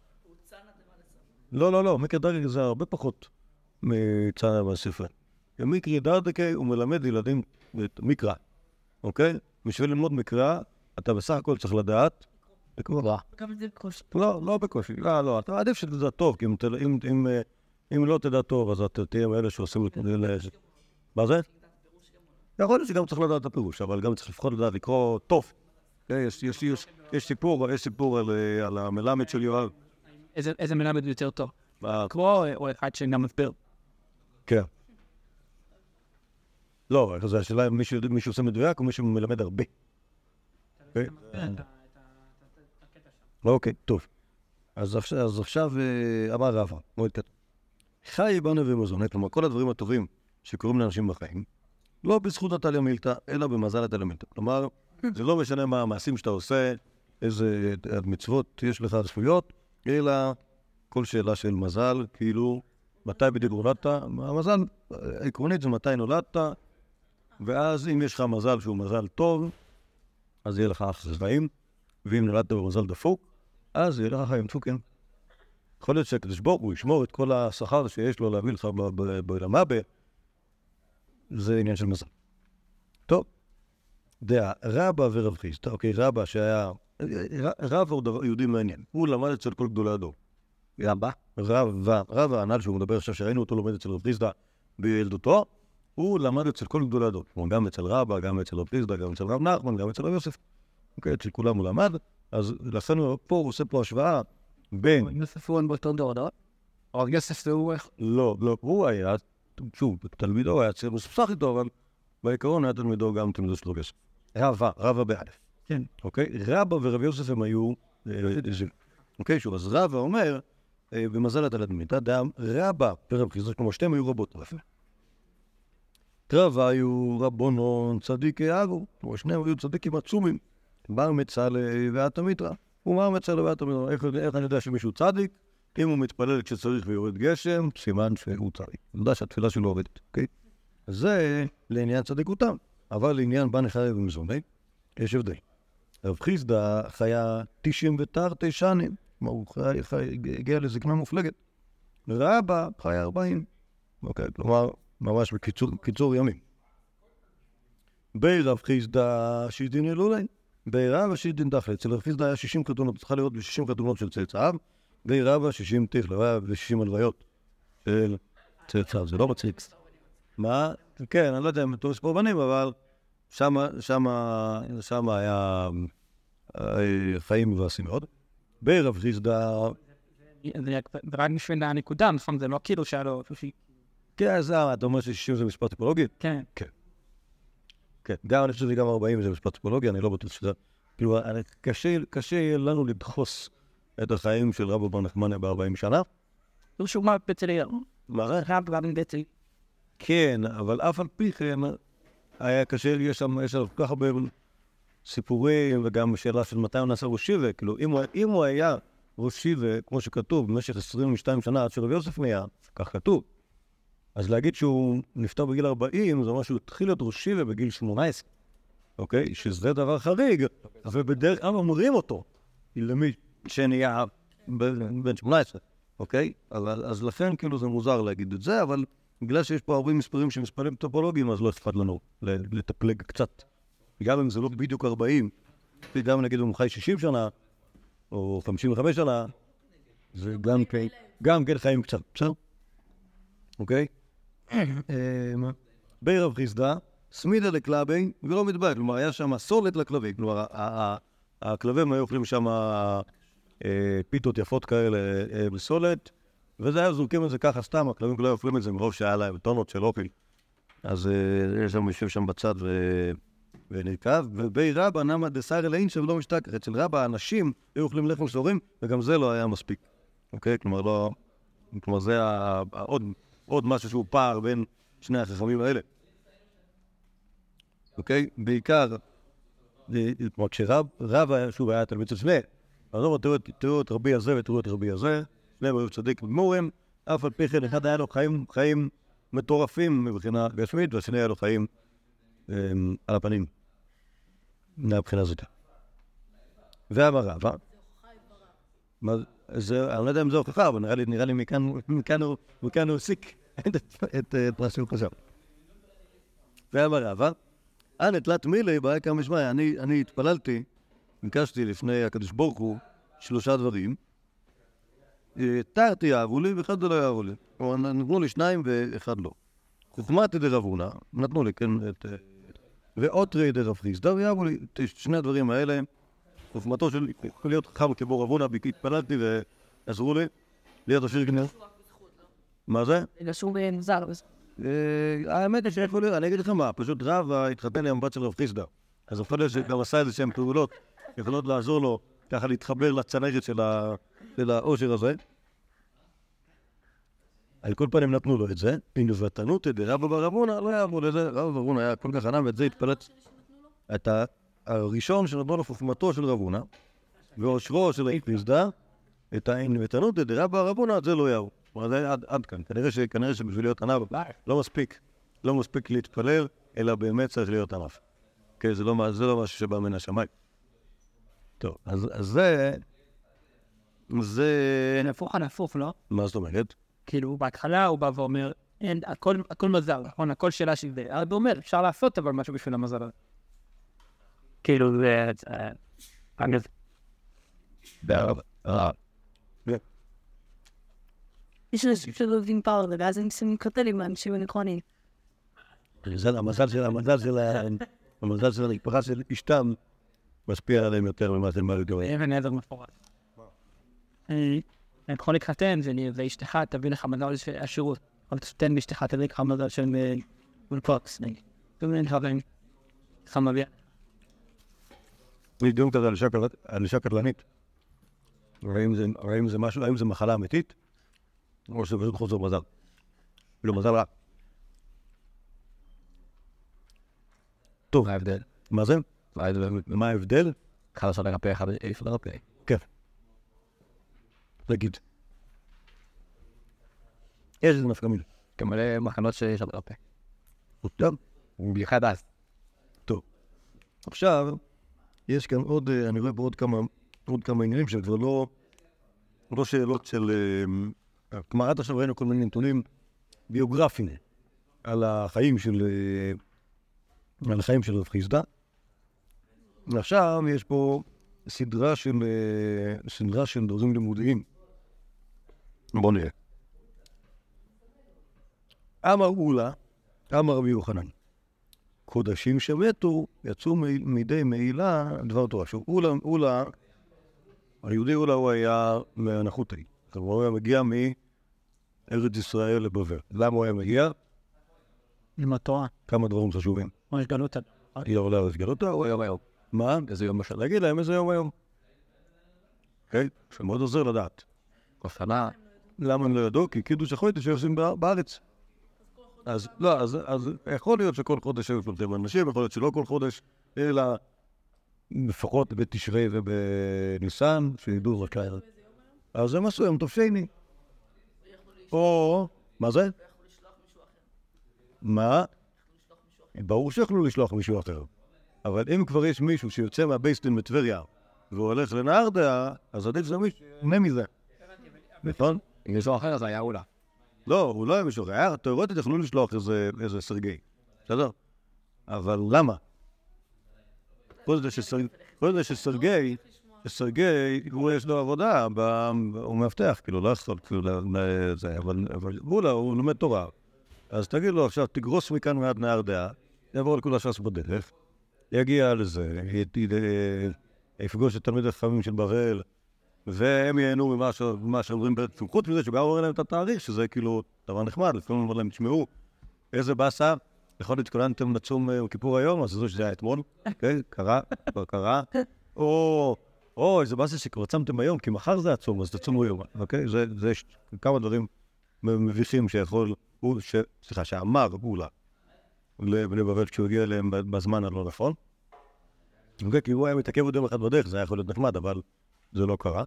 לא, מקרי דרדיקי זה הרבה פחות מצנע מהספר. מקרי דרדיקי הוא מלמד ילדים מקרא. אוקיי? בשביל ללמוד מקרא, אתה בסך הכל צריך לדעת לקרוא. גם זה בקושי. לא בקושי. לא, אתה עדיף שתדע טוב, כי אם לא תדע טוב, אז אתה תהיה מאלה שעושים את זה. מה זה? יכול להיות שגם צריך לדעת את הפירוש, אבל גם צריך לפחות לדעת לקרוא טוב. יש סיפור על המלמד של יואב. איזה מלמד יותר טוב? לקרוא או אחד שגם מסביר? כן. לא, זו השאלה אם מישהו עושה מדויק או מישהו מלמד הרבה. אוקיי, טוב. אז עכשיו אמר רבא, מועד קטן. חי בנו ומזונה, כלומר כל הדברים הטובים שקורים לאנשים בחיים, לא בזכות התליא מילתא, אלא במזל התליא מילתא. כלומר, זה לא משנה מה המעשים שאתה עושה, איזה מצוות יש לך זכויות, אלא כל שאלה של מזל, כאילו, מתי בדיוק נולדת, המזל, עקרונית זה מתי נולדת, ואז אם יש לך מזל שהוא מזל טוב, אז יהיה לך חיים, ואם נולדת במזל דפוק, אז יהיה לך חיים דפוקים. יכול להיות שהקדוש ברוך הוא ישמור את כל השכר שיש לו להביא לך בעולם הבא, זה עניין של מזל. טוב, רבא ורב חיסדא, אוקיי, רבא שהיה, רבא הוא יהודי מעניין, הוא למד אצל כל גדולי הדור. רבא הנ"ל שהוא מדבר עכשיו, שראינו אותו לומד אצל רב חיסדא בילדותו, הוא למד אצל כל גדולי הדור, גם אצל רבא, גם אצל רב חיסדא, גם אצל רב נחמן, גם אצל רב יוסף. אוקיי, אצל כולם הוא למד, אז לכן הוא עושה פה השוואה בין... יוסף הוא באותו דור, לא? או יוסף זה הוא איך? לא, הוא היה, שוב, תלמידו היה צריך מספסח איתו, אבל בעיקרון היה תלמידו גם תלמידו של רב יוסף. רבא באלף. כן. אוקיי? רבא ורב יוסף הם היו... אוקיי, שוב, אז רבא אומר, במזל התליא מילתא, רבא ורב חיסדא, כלומר שתיהם היו רבות. רבא היו רבונון צדיקי אגו, כלומר שניהם היו צדיקים עצומים. בר מצל ואתא מיתרא. הוא בר מצל ואתא מיתרא. איך אני יודע שמישהו צדיק? אם הוא מתפלל כשצריך ויורד גשם, סימן שהוא צדיק. אני יודע שהתפילה שלו עובדת, אוקיי? זה לעניין צדיקותם. אבל לעניין בן חי ומזוני, יש הבדל. רב חיסדא חיה 99 שנים. הוא הגיע לזקנה מופלגת. רבא חיה 40. אוקיי, כלומר, ממש בקיצור ימים. בי רב חיסדא שידין אלולי. ברבא שידין דחלה, אצל רב חיסדא היה 60 חתונות, צריכה להיות 60 חתונות של צאצאיו, ברבא 60 תכלה, ו60 הלוויות של צאצאיו, זה לא מצחיק. מה? כן, אני לא יודע אם אתה מספור בנים, אבל שם היה חיים מבאסים מאוד. ברב חיסדא, זה רק בשביל הנקודה, נכון? זה לא כאילו שהיה לו... כן, אתה אומר ש-60 זה מספר טיפולוגי? כן. כן, גם אני חושב שזה גם 40 זה מספר טיפולוגי, אני לא בטוח שזה... כאילו, קשה לנו לדחוס את החיים של רבו בר נחמניה ב-40 שנה. הוא שומע בצליה. מה זה? רב בצליה. כן, אבל אף על פי כן, היה קשה, יש שם כל כך הרבה סיפורים, וגם שאלה של מתי הוא נעשה ראש שיבה. כאילו, אם הוא היה ראש שיבה, כמו שכתוב, במשך 22 שנה עד שרבי יוסף נהיה, כך כתוב, אז להגיד שהוא נפטר בגיל 40, זה אומר שהוא התחיל להיות ראש שיבה בגיל 18, אוקיי? שזה דבר חריג, ובדרך כלל אומרים אותו, למי שנהיה בן 18, אוקיי? אז לכן כאילו זה מוזר להגיד את זה, אבל בגלל שיש פה הרבה מספרים שמספרים טופולוגיים, אז לא אכפת לנו לטפלג קצת. גם אם זה לא בדיוק 40, גם נגיד הוא חי 60 שנה, או 55 שנה, זה גם כן חיים קצת, בסדר? אוקיי? ברב חיסדא, סמידה לקלבי, ולא מדבר, כלומר, היה שם סולת לכלבי, כלומר, הכלבים היו אוכלים שם פיתות יפות כאלה בסולת, וזה היה זורקים את זה ככה סתם, הכלבים לא אוכלים את זה מרוב שהיה להם טונות של אוכל. אז יש שם יושב שם בצד ונרכב, ובי רבא נמא דסיירא אלאין שלא משתכח. אצל רבא האנשים היו אוכלים לחם שעורים, וגם זה לא היה מספיק. אוקיי? כלומר זה עוד משהו שהוא פער בין שני החכמים האלה. אוקיי? בעיקר, כלומר כשרבא שוב היה תלמיד של שני, אז תראו את רבי הזה ותראו את רבי הזה, שניהם היו צדיק גמורים, אף על פי כן אחד היה לו חיים מטורפים מבחינה גשמית, והשני היה לו חיים על הפנים, מהבחינה הזאת. ואמר רבא, אני לא יודע אם זה הוכחה, אבל נראה לי מכאן הוא הסיק את מה שהוא חשב. ואמר רבא, תלת מילי באקא משמעי, אני התפללתי, ביקשתי לפני הקדוש ברוך הוא 3 דברים, תרתי יאהבו לי ואחד לא יאהבו לי. כלומר, נתנו לי 2 ואחד לא. חוכמתי דרב הונא, נתנו לי, כן, ואותרי דרב חיסדא, ויאהבו לי. 2 הדברים האלה, חוכמתו של להיות חכם כמו רב הונא, התפללתי ועזרו לי. להיות עשיר גנר. מה זה? לשום מוזר. האמת היא שיכול להיות, אני אגיד לך מה, פשוט רב התחתן עם הבת של רב חיסדא. אז יכול להיות שגם עשה איזה שהן פעולות, יכולות לעזור לו ככה להתחבר לצנרת של העושר הזה. על כל פנים נתנו לו את זה, ונבטנות את רבא בר הונא, לא יעבור לזה, רבא בר הונא היה כל כך ענם, ואת זה התפלט את הראשון שנתנו לו חוכמתו של רב הונא, ועושרו של חיסדא, את הנבטנות את רבא בר הונא, את זה לא יעבור. כלומר, זה עד כאן. כנראה שבשביל להיות ענב, לא מספיק להתפלל, אלא באמת צריך להיות ענב. כן, זה לא משהו שבא מן השמיים. טוב, אז זה... נהפוך על הפוך, לא? מה זאת אומרת? כאילו, בהתחלה הוא בא ואומר, הכל מזל, נכון? הכל שאלה של זה. הוא אומר, אפשר לעשות אבל משהו בשביל המזל הזה. כאילו, זה... יש אנשים שלא יודעים פרלה, ואז הם שמים קרטלים לאנשים הנכונים. המזל של הנקפחה של אשתם משפיע עליהם יותר ממה של מרי גאוי. אבן עזר מפורט. הם יכולים להתחתן, ואשתך תביא לך מזל של השירות. אבל תתן לאשתך, תביא לך מזל של מלפוקס. כל מיני דברים. חמביה. יש דיון כזה על אישה קטלנית. האם זה משהו, האם זה מחלה אמיתית? או שזה פשוט חוסר מזל. לא מזל רע. טוב. מה ההבדל? מה זה? מה ההבדל? אחד אפשר לרפא, אחד אי אפשר לרפא. כן. תגיד. יש איזה נפקא מינה. כמלא מחנות שיש לרפא. טוב. במיוחד אז. טוב. עכשיו, יש כאן עוד, אני רואה פה עוד כמה עניינים שהם כבר לא שאלות של... כלומר, עד עכשיו ראינו כל מיני נתונים ביוגרפיים על החיים של רב חיסדא. עכשיו יש פה סדרה של דברים לימודיים. בוא נראה. אמר אולה, אמר רבי יוחנן, קודשים שמתו יצאו מידי מעילה דבר תורה. עכשיו, אולה היהודי אולי הוא היה מהנחותי. הוא היה מגיע מארץ ישראל לבבל. למה הוא היה מגיע? עם התורה. כמה דברים חשובים. או יש גלות. היא עולה על סגלותה, הוא היה היום. מה? איזה יום בשנה? להגיד להם איזה יום היום. אוקיי? שמאוד עוזר לדעת. כפנה. למה הם לא ידעו? כי קידוש החודש שעושים בארץ. אז לא, אז יכול להיות שכל חודש היו שלושים אנשים, יכול להיות שלא כל חודש, אלא לפחות בתשרי ובניסן, שידעו רק כאלה. אז הם עשו יום טוב שני. או... מה זה? מה? ברור שיכולו לשלוח מישהו אחר. אבל אם כבר יש מישהו שיוצא מהבייסטין מטבריה והוא הולך לנהרדעה, אז עדיף זה מישהו שיהנה מזה. נכון? אם מישהו אחר זה היה אולה. לא, הוא לא היה מישהו אחר. היה תיאורטית יכלו לשלוח איזה סרגי. בסדר? אבל למה? כל זה שסרגי, הוא יש לו עבודה, הוא מאבטח, כאילו, לא יכול, כאילו, זה, אבל הוא לומד תורה. אז תגיד לו עכשיו, תגרוס מכאן ועד נהרדעה, יעבור על כל הש"ס בדרך, יגיע לזה, יפגוש את תלמידי החכמים של בבל, והם ייהנו ממה שאומרים בעצם, חוץ מזה שגם אומר להם את התאריך, שזה כאילו דבר נחמד, לפעמים אומר להם, תשמעו, איזה באסה, יכול להיות התכוננתם לצום כיפור היום, אז זה שזה היה אתמול, אוקיי? קרה, כבר קרה. או, איזה באסה שכבר צמתם היום, כי מחר זה הצום, אז תצומו היום, אוקיי? זה כמה דברים מביכים שאמר אולה לבני בבל כשהוא הגיע אליהם בזמן הלא נכון. אוקיי, כי הוא היה מתעכב עוד יום אחד בדרך, זה היה יכול להיות נחמד, אבל זה לא קרה.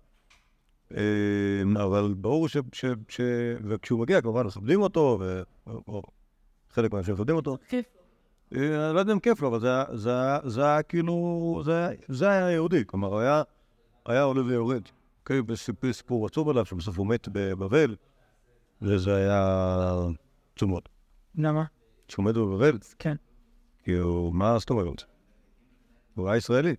אבל ברור וכשהוא מגיע, כמובן, מכבדים אותו, או חלק מהאנשים מכבדים אותו. כיף. לא יודע אם כיף לו, אבל זה היה כאילו, זה היה יהודי, כלומר, היה עולה ויורד. אוקיי, בסיפור עצוב עליו, שבסוף הוא מת בבבל, וזה היה צומות. למה? שהוא מת בבבל? כן. כי הוא, מה זאת אומרת? הוא היה ישראלי.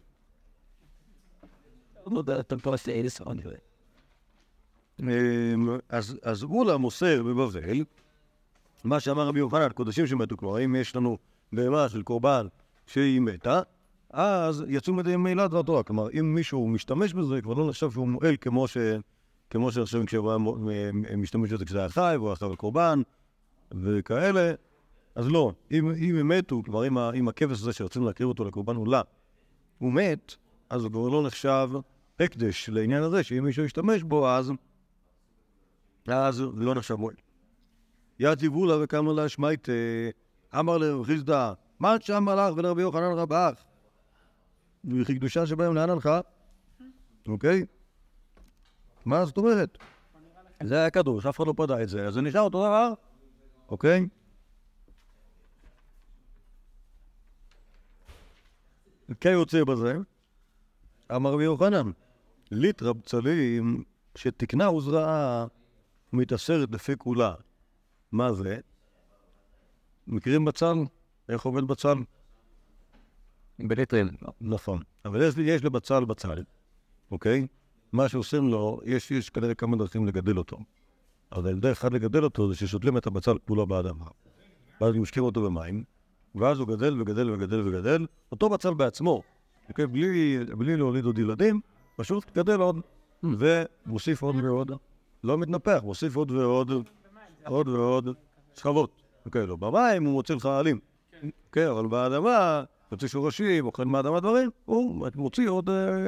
אז אולה מוסר בבבל, מה שאמר רבי יוחנן, קודשים שמתו, כלומר, אם יש לנו בהמה של קורבן שהיא מתה, אז יצאו מדי מילה דבר תורה. כלומר, אם מישהו משתמש בזה, כבר לא נחשב שהוא מועל כמו שנחשבים כשהוא משתמש בזה כשזה היה חי, והוא עכשיו הקורבן וכאלה, אז לא. אם הם מתו, כלומר, אם הכבש הזה שרצינו להקריב אותו לקורבן עולה, הוא מת, אז הוא כבר לא נחשב הקדש לעניין הזה, שאם מישהו ישתמש בו, אז לא נחשב מועל. יתיב אולה וקאמר לה שמייט, אמר לרב חיסדא, מה שם הלך ולרבי יוחנן רבך? וכי קדושה שבהם לאן הלכה? אוקיי? מה זאת אומרת? זה היה קדוש, אף אחד לא פדע את זה, אז זה נשאר אותו דבר, אוקיי? כיוצא בזה, אמר רבי יוחנן, ליטרא בצלים שתקנה וזרעה מתאסרת לפי כולה. מה זה? מכירים בצל? איך עובד בצל? בליטרין. נכון. אבל יש לבצל בצל, אוקיי? מה שעושים לו, יש כנראה כמה דרכים לגדל אותו. אבל דרך אחד לגדל אותו זה ששותלים את הבצל כולו באדמה. ואז משקיעים אותו במים, ואז הוא גדל וגדל וגדל וגדל, אותו בצל בעצמו, אוקיי? בלי להוליד עוד ילדים, פשוט גדל עוד, ומוסיף עוד ועוד. לא מתנפח, מוסיף עוד ועוד שכבות. אוקיי, לא במים הוא מוציא לך עלים. אוקיי, אבל באדמה, מוציא שורשים, אוכל מהאדמה דברים, הוא מוציא עוד,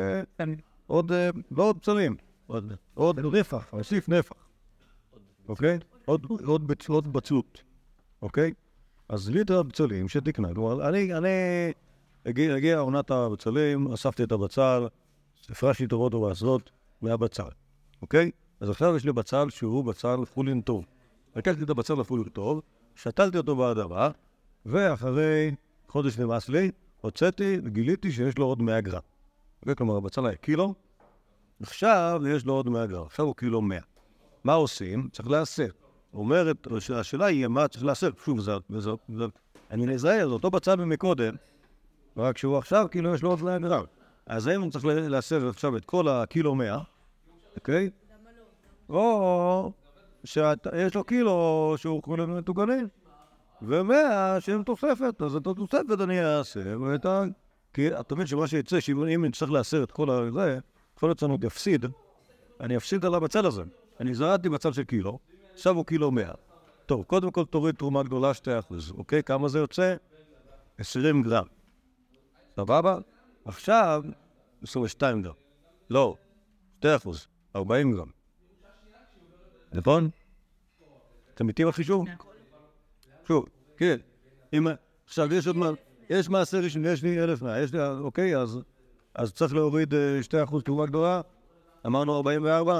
לא עוד בצלים, עוד נפח, מוסיף נפח. אוקיי? עוד בצלות. אוקיי? אז ליטר הבצלים שתקנה. כלומר, אני הגיע עונת הבצלים, אספתי את הבצל, הפרשתי תורות ובעשרות מהבצל. אוקיי? אז עכשיו יש לי בצל שהוא בצל פולין טוב. לקחתי את הבצל לפולין טוב, שתלתי אותו באדמה, ואחרי חודש נמאס לי, הוצאתי וגיליתי שיש לו עוד 100 גרם. אוקיי? כלומר, הבצל היה קילו, עכשיו יש לו עוד 100 גרם, עכשיו הוא קילו 100. מה עושים? צריך לאסר. אומרת, השאלה היא מה צריך לאסר. שוב, אני נזהר, זה אותו בצל ממקודם, רק שהוא עכשיו כאילו יש לו עוד 100 גרם. אז האם הוא צריך לאסר עכשיו את כל הקילו 100, אוקיי? או שיש לו קילו שהוא כולם מתוגנים, ו100 שהם תוספת, אז את התוספת אני אעשה, כי אתה מבין שמה שיצא, שאם אני צריך לאסר את כל הזה, יכול להיות שאני עוד אפסיד, אני אפסיד על הבצל הזה. אני זרעתי בצל של קילו, עכשיו הוא קילו 100. טוב, קודם כל תוריד תרומה גדולה 2%, אוקיי? כמה זה יוצא? 20 גרם. סבבה? עכשיו, 22 גרם. לא, 2%, 40 גרם. נכון? אתם איתי בחישוב? שוב, כן. עכשיו, יש מעשר ראשון, יש לי 1,100, יש לי, אוקיי, אז צריך להוריד 2% תרומה גדולה. אמרנו 44?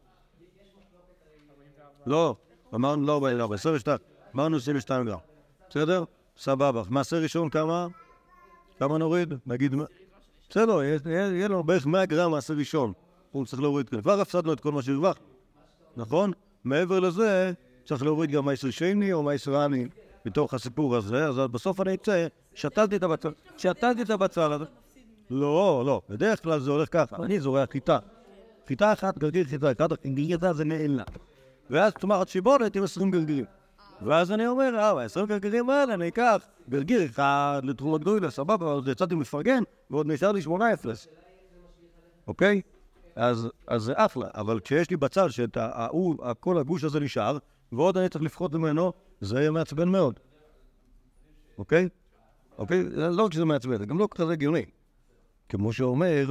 לא, אמרנו לא 44, 22. אמרנו 22 גרם. בסדר? סבבה. מעשר ראשון כמה? כמה נוריד? נגיד, בסדר, יהיה לנו בערך 100 גרם מעשר ראשון. הוא צריך להוריד כאן. כבר הפסדנו את כל מה שהרווח. נכון? מעבר לזה, צריך להוריד גם מעשר שני או מעשר עני מתוך הסיפור הזה, אז בסוף אני אצא, שתלתי את הבצל הזה. לא, בדרך כלל זה הולך ככה. אני זורע חיטה. חיטה אחת, גרגיר חיטה, גרגיר חיטה זה נעלם. ואז צומחת שיבולת עם 20 גרגירים. ואז אני אומר, 20 גרגירים האלה, אני אקח גרגיר אחד לתרומה גדולה, סבבה, אז יצאתי מפרגן, ועוד נשאר לי 18. אוקיי? אז זה אחלה, אבל כשיש לי בצל שכל הגוש הזה נשאר, ועוד אני צריך לפחות ממנו, זה יהיה מעצבן מאוד. אוקיי? אוקיי? לא כשזה מעצבן, זה גם לא כזה הגיוני. כמו שאומר,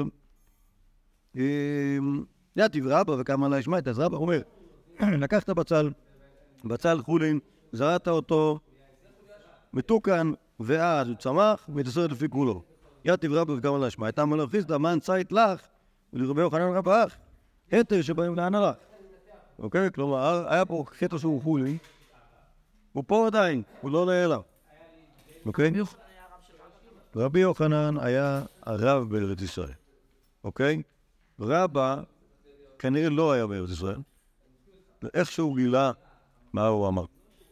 יתיב רבא וכמה לה ישמע את אז רבא אומר, לקחת בצל חולין, זרעת אותו, מתוקן, ואז הוא צמח, והתעשרת לפי כולו. יתיב רבא וכמה לה ישמע, הייתה מלך חיסדא, מן צייט לך, ולרבי יוחנן רבא אח, היתר שבאים להנהלה. אוקיי? כלומר, היה פה קטע שהוא חולין, הוא פה עדיין, הוא לא נעלם. אוקיי? רבי יוחנן היה הרב בארץ ישראל. אוקיי? רבא כנראה לא היה בארץ ישראל. ואיכשהו גילה מה הוא אמר.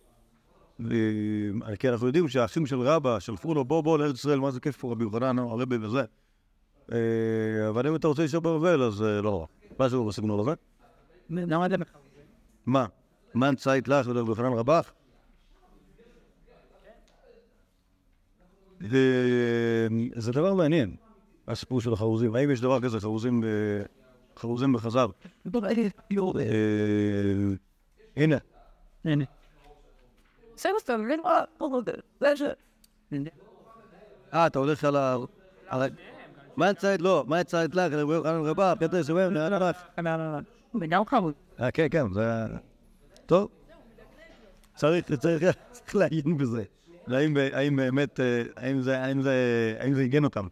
כי אנחנו יודעים שהאחים של רבא שלפו לו בוא לארץ ישראל, מה זה כיף פה רבי יוחנן, הרבי וזה. אבל אם אתה רוצה להישאר בבבל, אז לא. משהו בסגנון הזה. למה זה בכלל? מה? מן צייט לך ורבי יוחנן רבך? זה דבר מעניין, הסיפור של החרוזים. האם יש דבר כזה, חרוזים בחז"ל? הנה. אתה הולך על ה... מה צייט לא? מה צייט לך? רבא, פתר סובר, נענה לך. וגם חרוז. כן, זה... טוב. צריך לעיין בזה. האם באמת, האם זה עיגן אותם?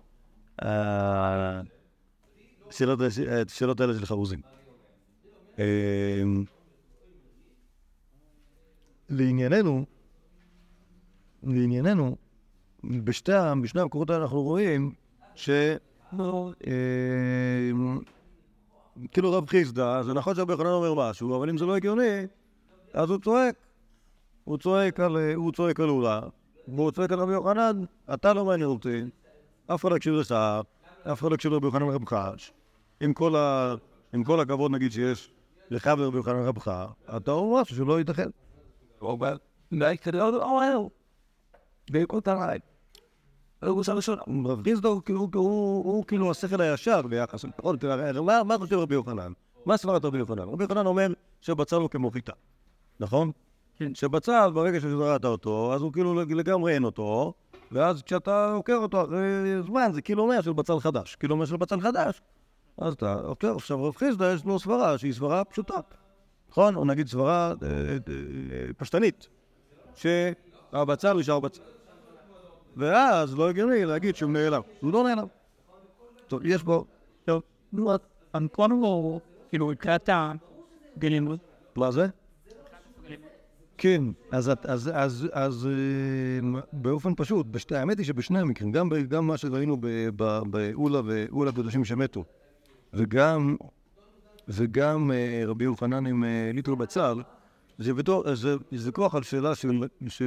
שאלות האלה של חרוזים. לענייננו, בשני המקורות האלה אנחנו רואים כאילו רב חיסדא, זה נכון שרבי יוחנן אומר משהו, אבל אם זה לא הגיוני, אז הוא צועק על אולה, והוא צועק על רבי יוחנן, אתה לא מעניין אותי, אף אחד להקשיב לך, אף אחד להקשיב לרבי יוחנן רבך, עם כל הכבוד נגיד שיש לך ורבי יוחנן רבך, אתה אומר משהו שלא ייתכן. רב חיסדא הוא כאילו השכל הישר ביחס, מה חושב רבי יוחנן? מה סברת רבי יוחנן? רבי יוחנן אומר שבצל הוא כמו חיטה, נכון? שבצל, ברגע שזרעת אותו, אז הוא כאילו לגמרי אין אותו, ואז כשאתה עוקר אותו אחרי זמן, זה קילומטר של בצל חדש. קילומטר של בצל חדש, אז אתה עוקר. עכשיו רב חיסדא יש לו סברה שהיא סברה פשוטה, נכון? או נגיד סברה פשטנית, שהבצל נשאר בצל. ואז לא הגיוני להגיד שהוא נעלם. הוא לא נעלם. טוב, יש בו... טוב, אנקונו הוא כאילו לקראת הגלימות. מה זה? כן, אז באופן פשוט, האמת היא שבשני המקרים, גם מה שראינו באולה קדושים שמתו, וגם רבי יוחנן עם ליטר בצל, זה כוח על שאלה של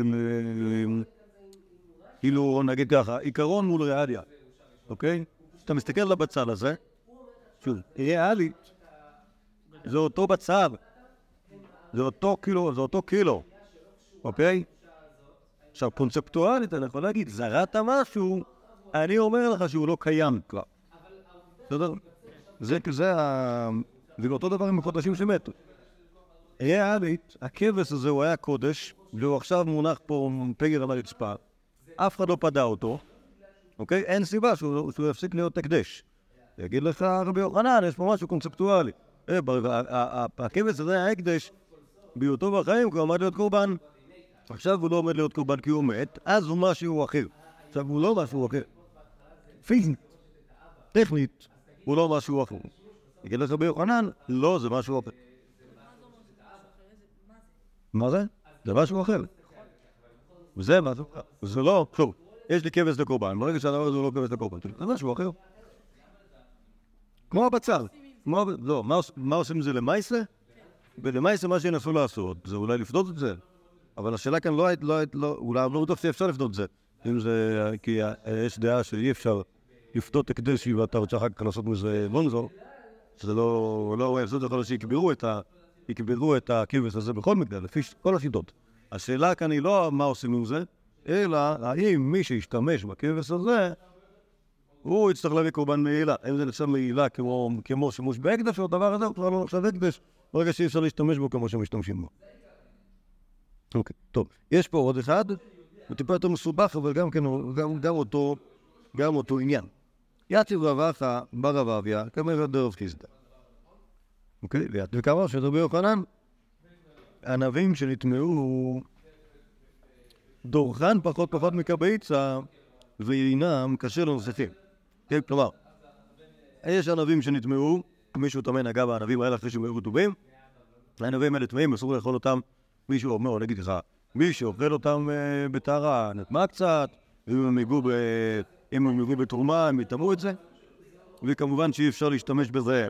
כאילו נגיד ככה, עיקרון מול ריאליה, אוקיי? כשאתה מסתכל על הבצל הזה, שוב, ריאלית, זה אותו בצל, זה אותו קילו, אוקיי? עכשיו, קונספטואלית, אני יכול להגיד, זרעת משהו, אני אומר לך שהוא לא קיים כבר. בסדר? ואותו דבר עם הקודשים שמתו. ריאלית, הכבש הזה הוא היה קודש, והוא עכשיו מונח פה פגר על הרצפה. אף אחד לא פדה אותו, אוקיי? אין סיבה שהוא יפסיק להיות הקדש. יגיד לך רבי יוחנן, יש פה משהו קונספטואלי. הכבש הזה היה הקדש, בהיותו בחיים, כי הוא עמד להיות קורבן. עכשיו הוא לא עומד להיות קורבן כי הוא מת, אז הוא משהו אחר. עכשיו הוא לא משהו אחר. פיזית, טכנית, הוא לא משהו אחר. יגיד לך רבי יוחנן, לא, זה משהו אחר. מה זה? זה משהו אחר. וזה משהו אחר. זה לא, טוב, יש לי כבש לקורבן, ברגע שהדבר הזה הוא לא כבש לקורבן, זה משהו אחר. כמו הבצל. לא, מה עושים עם זה למייסה? ולמייסה מה שינסו לעשות, זה אולי לפדות את זה. אבל השאלה כאן אולי לא בטוח שאפשר לפדות את זה. אם זה, כי יש דעה שאי אפשר לפדות הקדש ואתה רוצה אחר כך לעשות מזה מונזור, זה לא יעשו את זה, יכול להיות שיקברו את הכבש הזה בכל מקרה, לפי כל השיטות. השאלה כאן היא לא מה עושים עם זה, אלא האם מי שישתמש בכבש הזה, הוא יצטרך להביא קורבן מעילה. האם זה נחשב מעילה כמו שימוש בהקדש, או הדבר הזה הוא כבר לא נחשב הקדש, ברגע שאי אפשר להשתמש בו כמו שמשתמשים בו. אוקיי, טוב. יש פה עוד אחד, הוא טיפה יותר מסובך, אבל גם אותו עניין. יציב רב אחא בר רב אביה, כמר דרב חיסדא. אוקיי, וכמה שרבי יוחנן, ענבים שנטמעו דורכן פחות מקבייצה, ואינם קשה לנוספים. כן, כלומר, יש ענבים שנטמעו, מישהו טמא נגע בענבים האלה אחרי שהם היו רטובים, הענבים האלה טמאים, אסור לאכול אותם, מישהו אומר, נגיד לך, מי שאוכל אותם בטהרה נטמע קצת, ואם הם יגעו בתרומה, הם יטמאו את זה, וכמובן שאי אפשר להשתמש בזה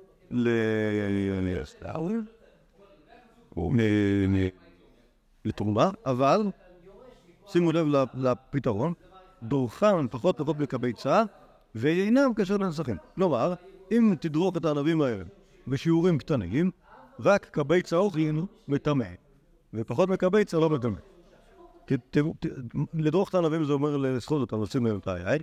לתרומה, אבל שימו לב לפתרון, דורכן פחות מקבייצה, ואינם קשר לנסחים. כלומר, אם תדרוך את הענבים האלה בשיעורים קטנים, רק קבייצה אוכלים מטמא, ופחות מקבייצה לא מטמא. לדרוך את הענבים זה אומר לסחוט אותם, לשים להם את היין.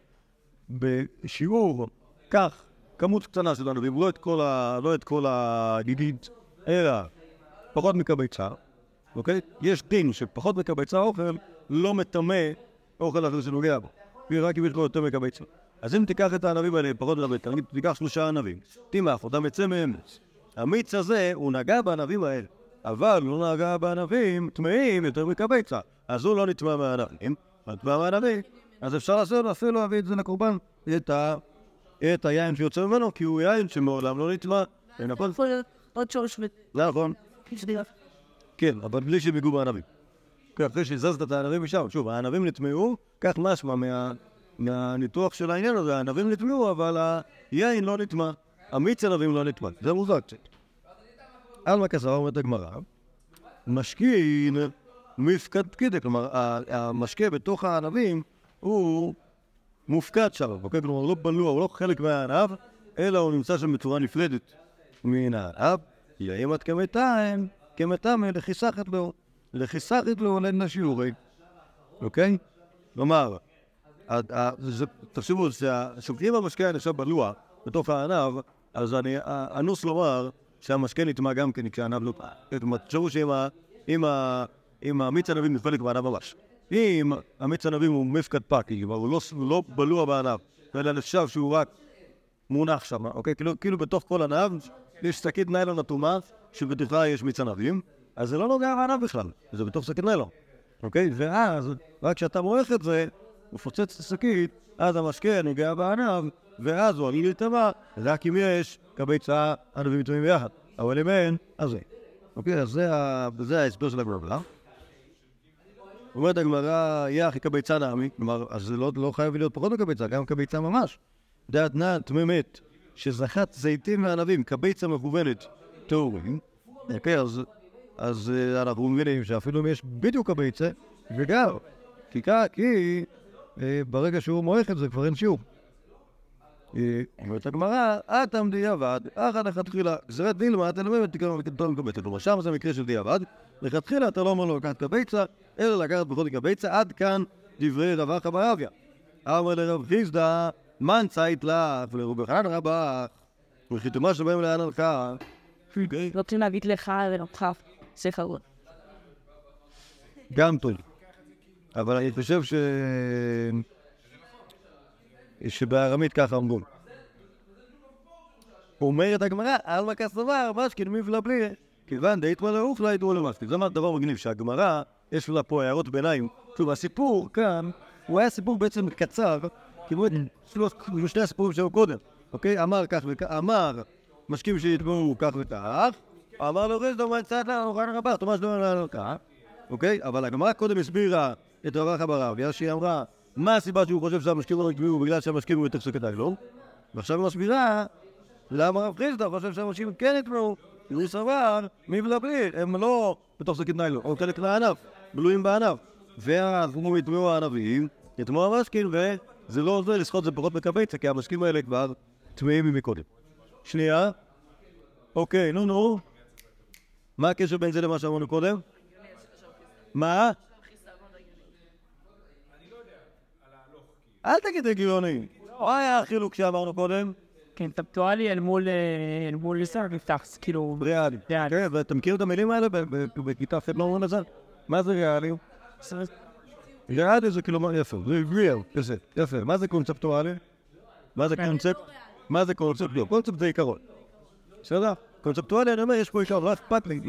בשיעור, כך, כמות קטנה של ענבים, לא את כל הגיגית, אלא פחות מקבייצה, אוקיי? יש דין שפחות מקבייצה אוכל לא מטמא אוכל אחר שנוגע בו, רק אם יש לו יותר מקבייצה. אז אם תיקח את הענבים האלה פחות מקבייצה, תיקח 3 ענבים, תימח אותם יצא מהם. המיץ הזה הוא נגע בענבים האלה, אבל הוא נגע בענבים טמאים יותר מקבייצה, אז הוא לא נטמא מהענבים, נטמא מהענבים, אז אפשר לעשות אפילו להביא את זה לקורבן, את היין שיוצא ממנו, כי הוא יין שמעולם לא נטמא. נכון? עוד שורש נכון. כן, אבל בלי שהם יגעו בענבים. אחרי שהזזת את הענבים משם, שוב, הענבים נטמעו, כך משמע מהניתוח של העניין הזה, הענבים נטמעו, אבל היין לא נטמע, המיץ ענבים לא נטמע, זה מוזר קצת. על מקסר אומרת הגמרא, משקין מפקד פקידה, כלומר, המשקה בתוך הענבים הוא מופקד שם, אוקיי? כלומר, לא בלוע, הוא לא חלק מהענב, אלא הוא נמצא שם בצורה נפרדת מן הענב, יאימת כמתם לחיסכת לו לנשיעורי, אוקיי? כלומר, תחשבו שאם המשקה נחשב בלוע בתוך הענב, אז אנוס לומר שהמשקה נטמע גם כן כשהענב לא... תחשבו שאם המיץ ענבים נפלק בענב ממש. אם המיץ ענבים הוא מפקד פקי, הוא לא בלוע בענב, אלא נחשב שהוא רק מונח שם, אוקיי? כאילו בתוך כל ענב יש שקית ניילון אטומה שבתוכה יש מיץ ענבים, אז זה לא נוגע בענב בכלל, זה בתוך שקית ניילון, אוקיי? ואז, רק כשאתה מועך את זה, הוא פוצץ את השקית, אז המשקה נוגע בענב, ואז הוא עלול להיטמע, רק אם יש קבייצה ענבים טמאים ביחד, אבל אם אין, אז זה. אוקיי, אז זה ההסבר של הגמרא. אומרת הגמרא, יחי קבייצה נעמי, כלומר, אז זה לא חייב להיות פחות מקבייצה, גם קבייצה ממש. דעת נע תמימת, שזכת זיתים וענבים, קבייצה מכוונת טהורים, אוקיי, אז אנחנו מבינים שאפילו אם יש בדיוק קבייצה, וגם, כי ברגע שהוא מועך את זה כבר אין שיעור. אומרת הגמרא, אתם דיעבד, אחת לכתחילה, גזרת דילמה, אתה לא באמת תקרא מקטון קבייצה. כלומר, שם זה מקרה של דיעבד, לכתחילה אתה לא אומר לו לקחת קבייצה, אלא לקחת בכל קבייצה, עד כאן דברי רב אחא בר אביה. אמר לרב חיסדא, מן צייט לך, ולרבי יוחנן רבך, וחיתומה שבהם לאן הלכה, רוצים להגיד לך ולך, זה חרוד. גם טוב. אבל אני חושב שבארמית ככה אמרו. אומרת הגמרא, אלמא כסבר, משכין מבלבלי, כיוון דאית מלאוך לא ידעו למשכין. זה דבר מגניב, שהגמרא, יש לה פה הערות ביניים. שוב, הסיפור כאן, הוא היה סיפור בעצם קצר, כאילו שני הסיפורים שהיו קודם. אוקיי? אמר כך וכך, אמר, משכים שיתבעו כך וכך, אמר לו רז דומה צעת לנו, כאן רבה, תומש דומה לנו כך, אוקיי? אבל הגמרא קודם הסבירה את רבא ברביה, שהיא אמרה, מה הסיבה שהוא חושב שהמשקים לא יתבעו בגלל שהמשקים הוא יותר שכדאי לו? ועכשיו היא מסבירה, למה רב חיסדא חושב שהמשקים כן יתבעו? הוא סבר, מבלבלי, הם לא בתוך שקית ניילון, הם חלק מהענף, בלויים בענף. ואז הוא יתבעו הענבים, יתבעו המשקים, וזה לא עוזר לשחות זה פחות מקבץ, כי המשקים האלה כבר טמאים מקודם. שנייה, אוקיי, נו. מה הקשר בין זה למה שאמרנו קודם? מה? אל תגיד הגיוני. מה היה החילוק שאמרנו קודם? קונספטואלי אל מול שר נפתח, כאילו... ריאלי. כן, ואתה מכיר את המילים האלה בכיתה ח' לא אומרים לזה? מה זה ריאלי? ריאלי זה כאילו יפה, זה ריאל, יפה. מה זה קונספטואלי? מה זה קונספט? מה זה קונספט? לא, קונספט זה עיקרון. בסדר? קונספטואלי, אני אומר, יש פה עיקרון, לא אכפת לי.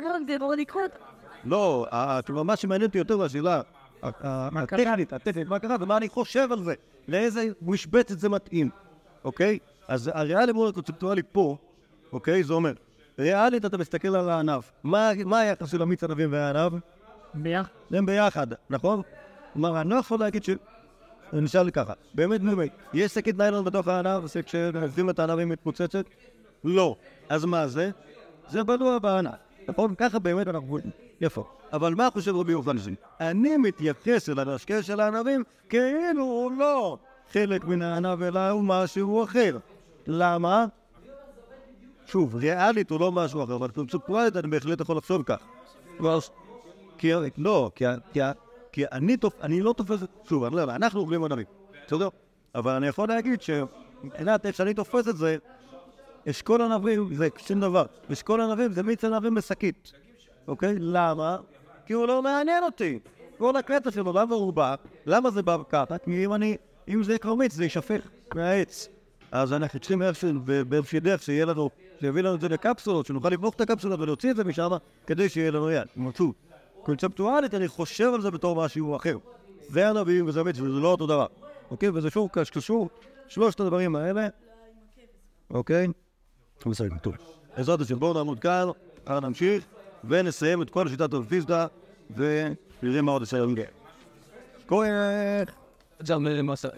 לא, מה שמעניין אותי יותר בשאלה, הטכנית, מה קרה ומה אני חושב על זה, לאיזה משבצת זה מתאים, אוקיי? אז הריאלי מול הקונספטואלי פה, אוקיי? זה אומר, ריאלית אתה מסתכל על הענף, מה היחס של המיץ ענבים והענב? ביחד. הם ביחד, נכון? כלומר, אני לא יכול להגיד אני נשאר לי ככה, באמת, יש שקית ניילון בתוך הענב, כשנזים את הענבים מתפוצצת? לא. אז מה זה? זה בנוע בענב. נכון? ככה באמת אנחנו רואים. יפה. אבל מה חושב רבי יוחנן? אני מתייחס אל המשקה של הענבים כאילו הוא לא חלק מן הענב אלא הוא משהו אחר. למה? שוב, ריאלית הוא לא משהו אחר, אבל קונספטואלית אני בהחלט יכול לחשוב כך. כי אני לא תופס... שוב, אני לא יודע, אנחנו אוכלים ענבים. בסדר? אבל אני יכול להגיד שמבחינת איך שאני תופס את זה, אשכול ענבים זה שום דבר. אשכול ענבים זה מיץ ענבים בשקית. אוקיי? למה? כי הוא לא מעניין אותי. כל הקטע שלו, למה הוא בא? למה זה בא ככה? כי אם זה יקר מיץ, זה יישפך מהעץ. אז אנחנו צריכים באיזושהי דרך שיהיה לנו, שיביא לנו את זה לקפסולות, שנוכל לבדוק את הקפסולות ולהוציא את זה משם כדי שיהיה לנו יד. משהו. קונספטואלית, אני חושב על זה בתור משהו אחר. זה ענבים וזה מיץ, וזה לא אותו דבר. אוקיי? וזה שוב קשור, שלושת הדברים האלה. אוקיי? בסדר, טוב. בעזרת השם, בואו נעמוד כאן, נמשיך, ונסיים את כל שיטת רב חיסדא, ונראה מה עוד אפשר להגיד. כוח!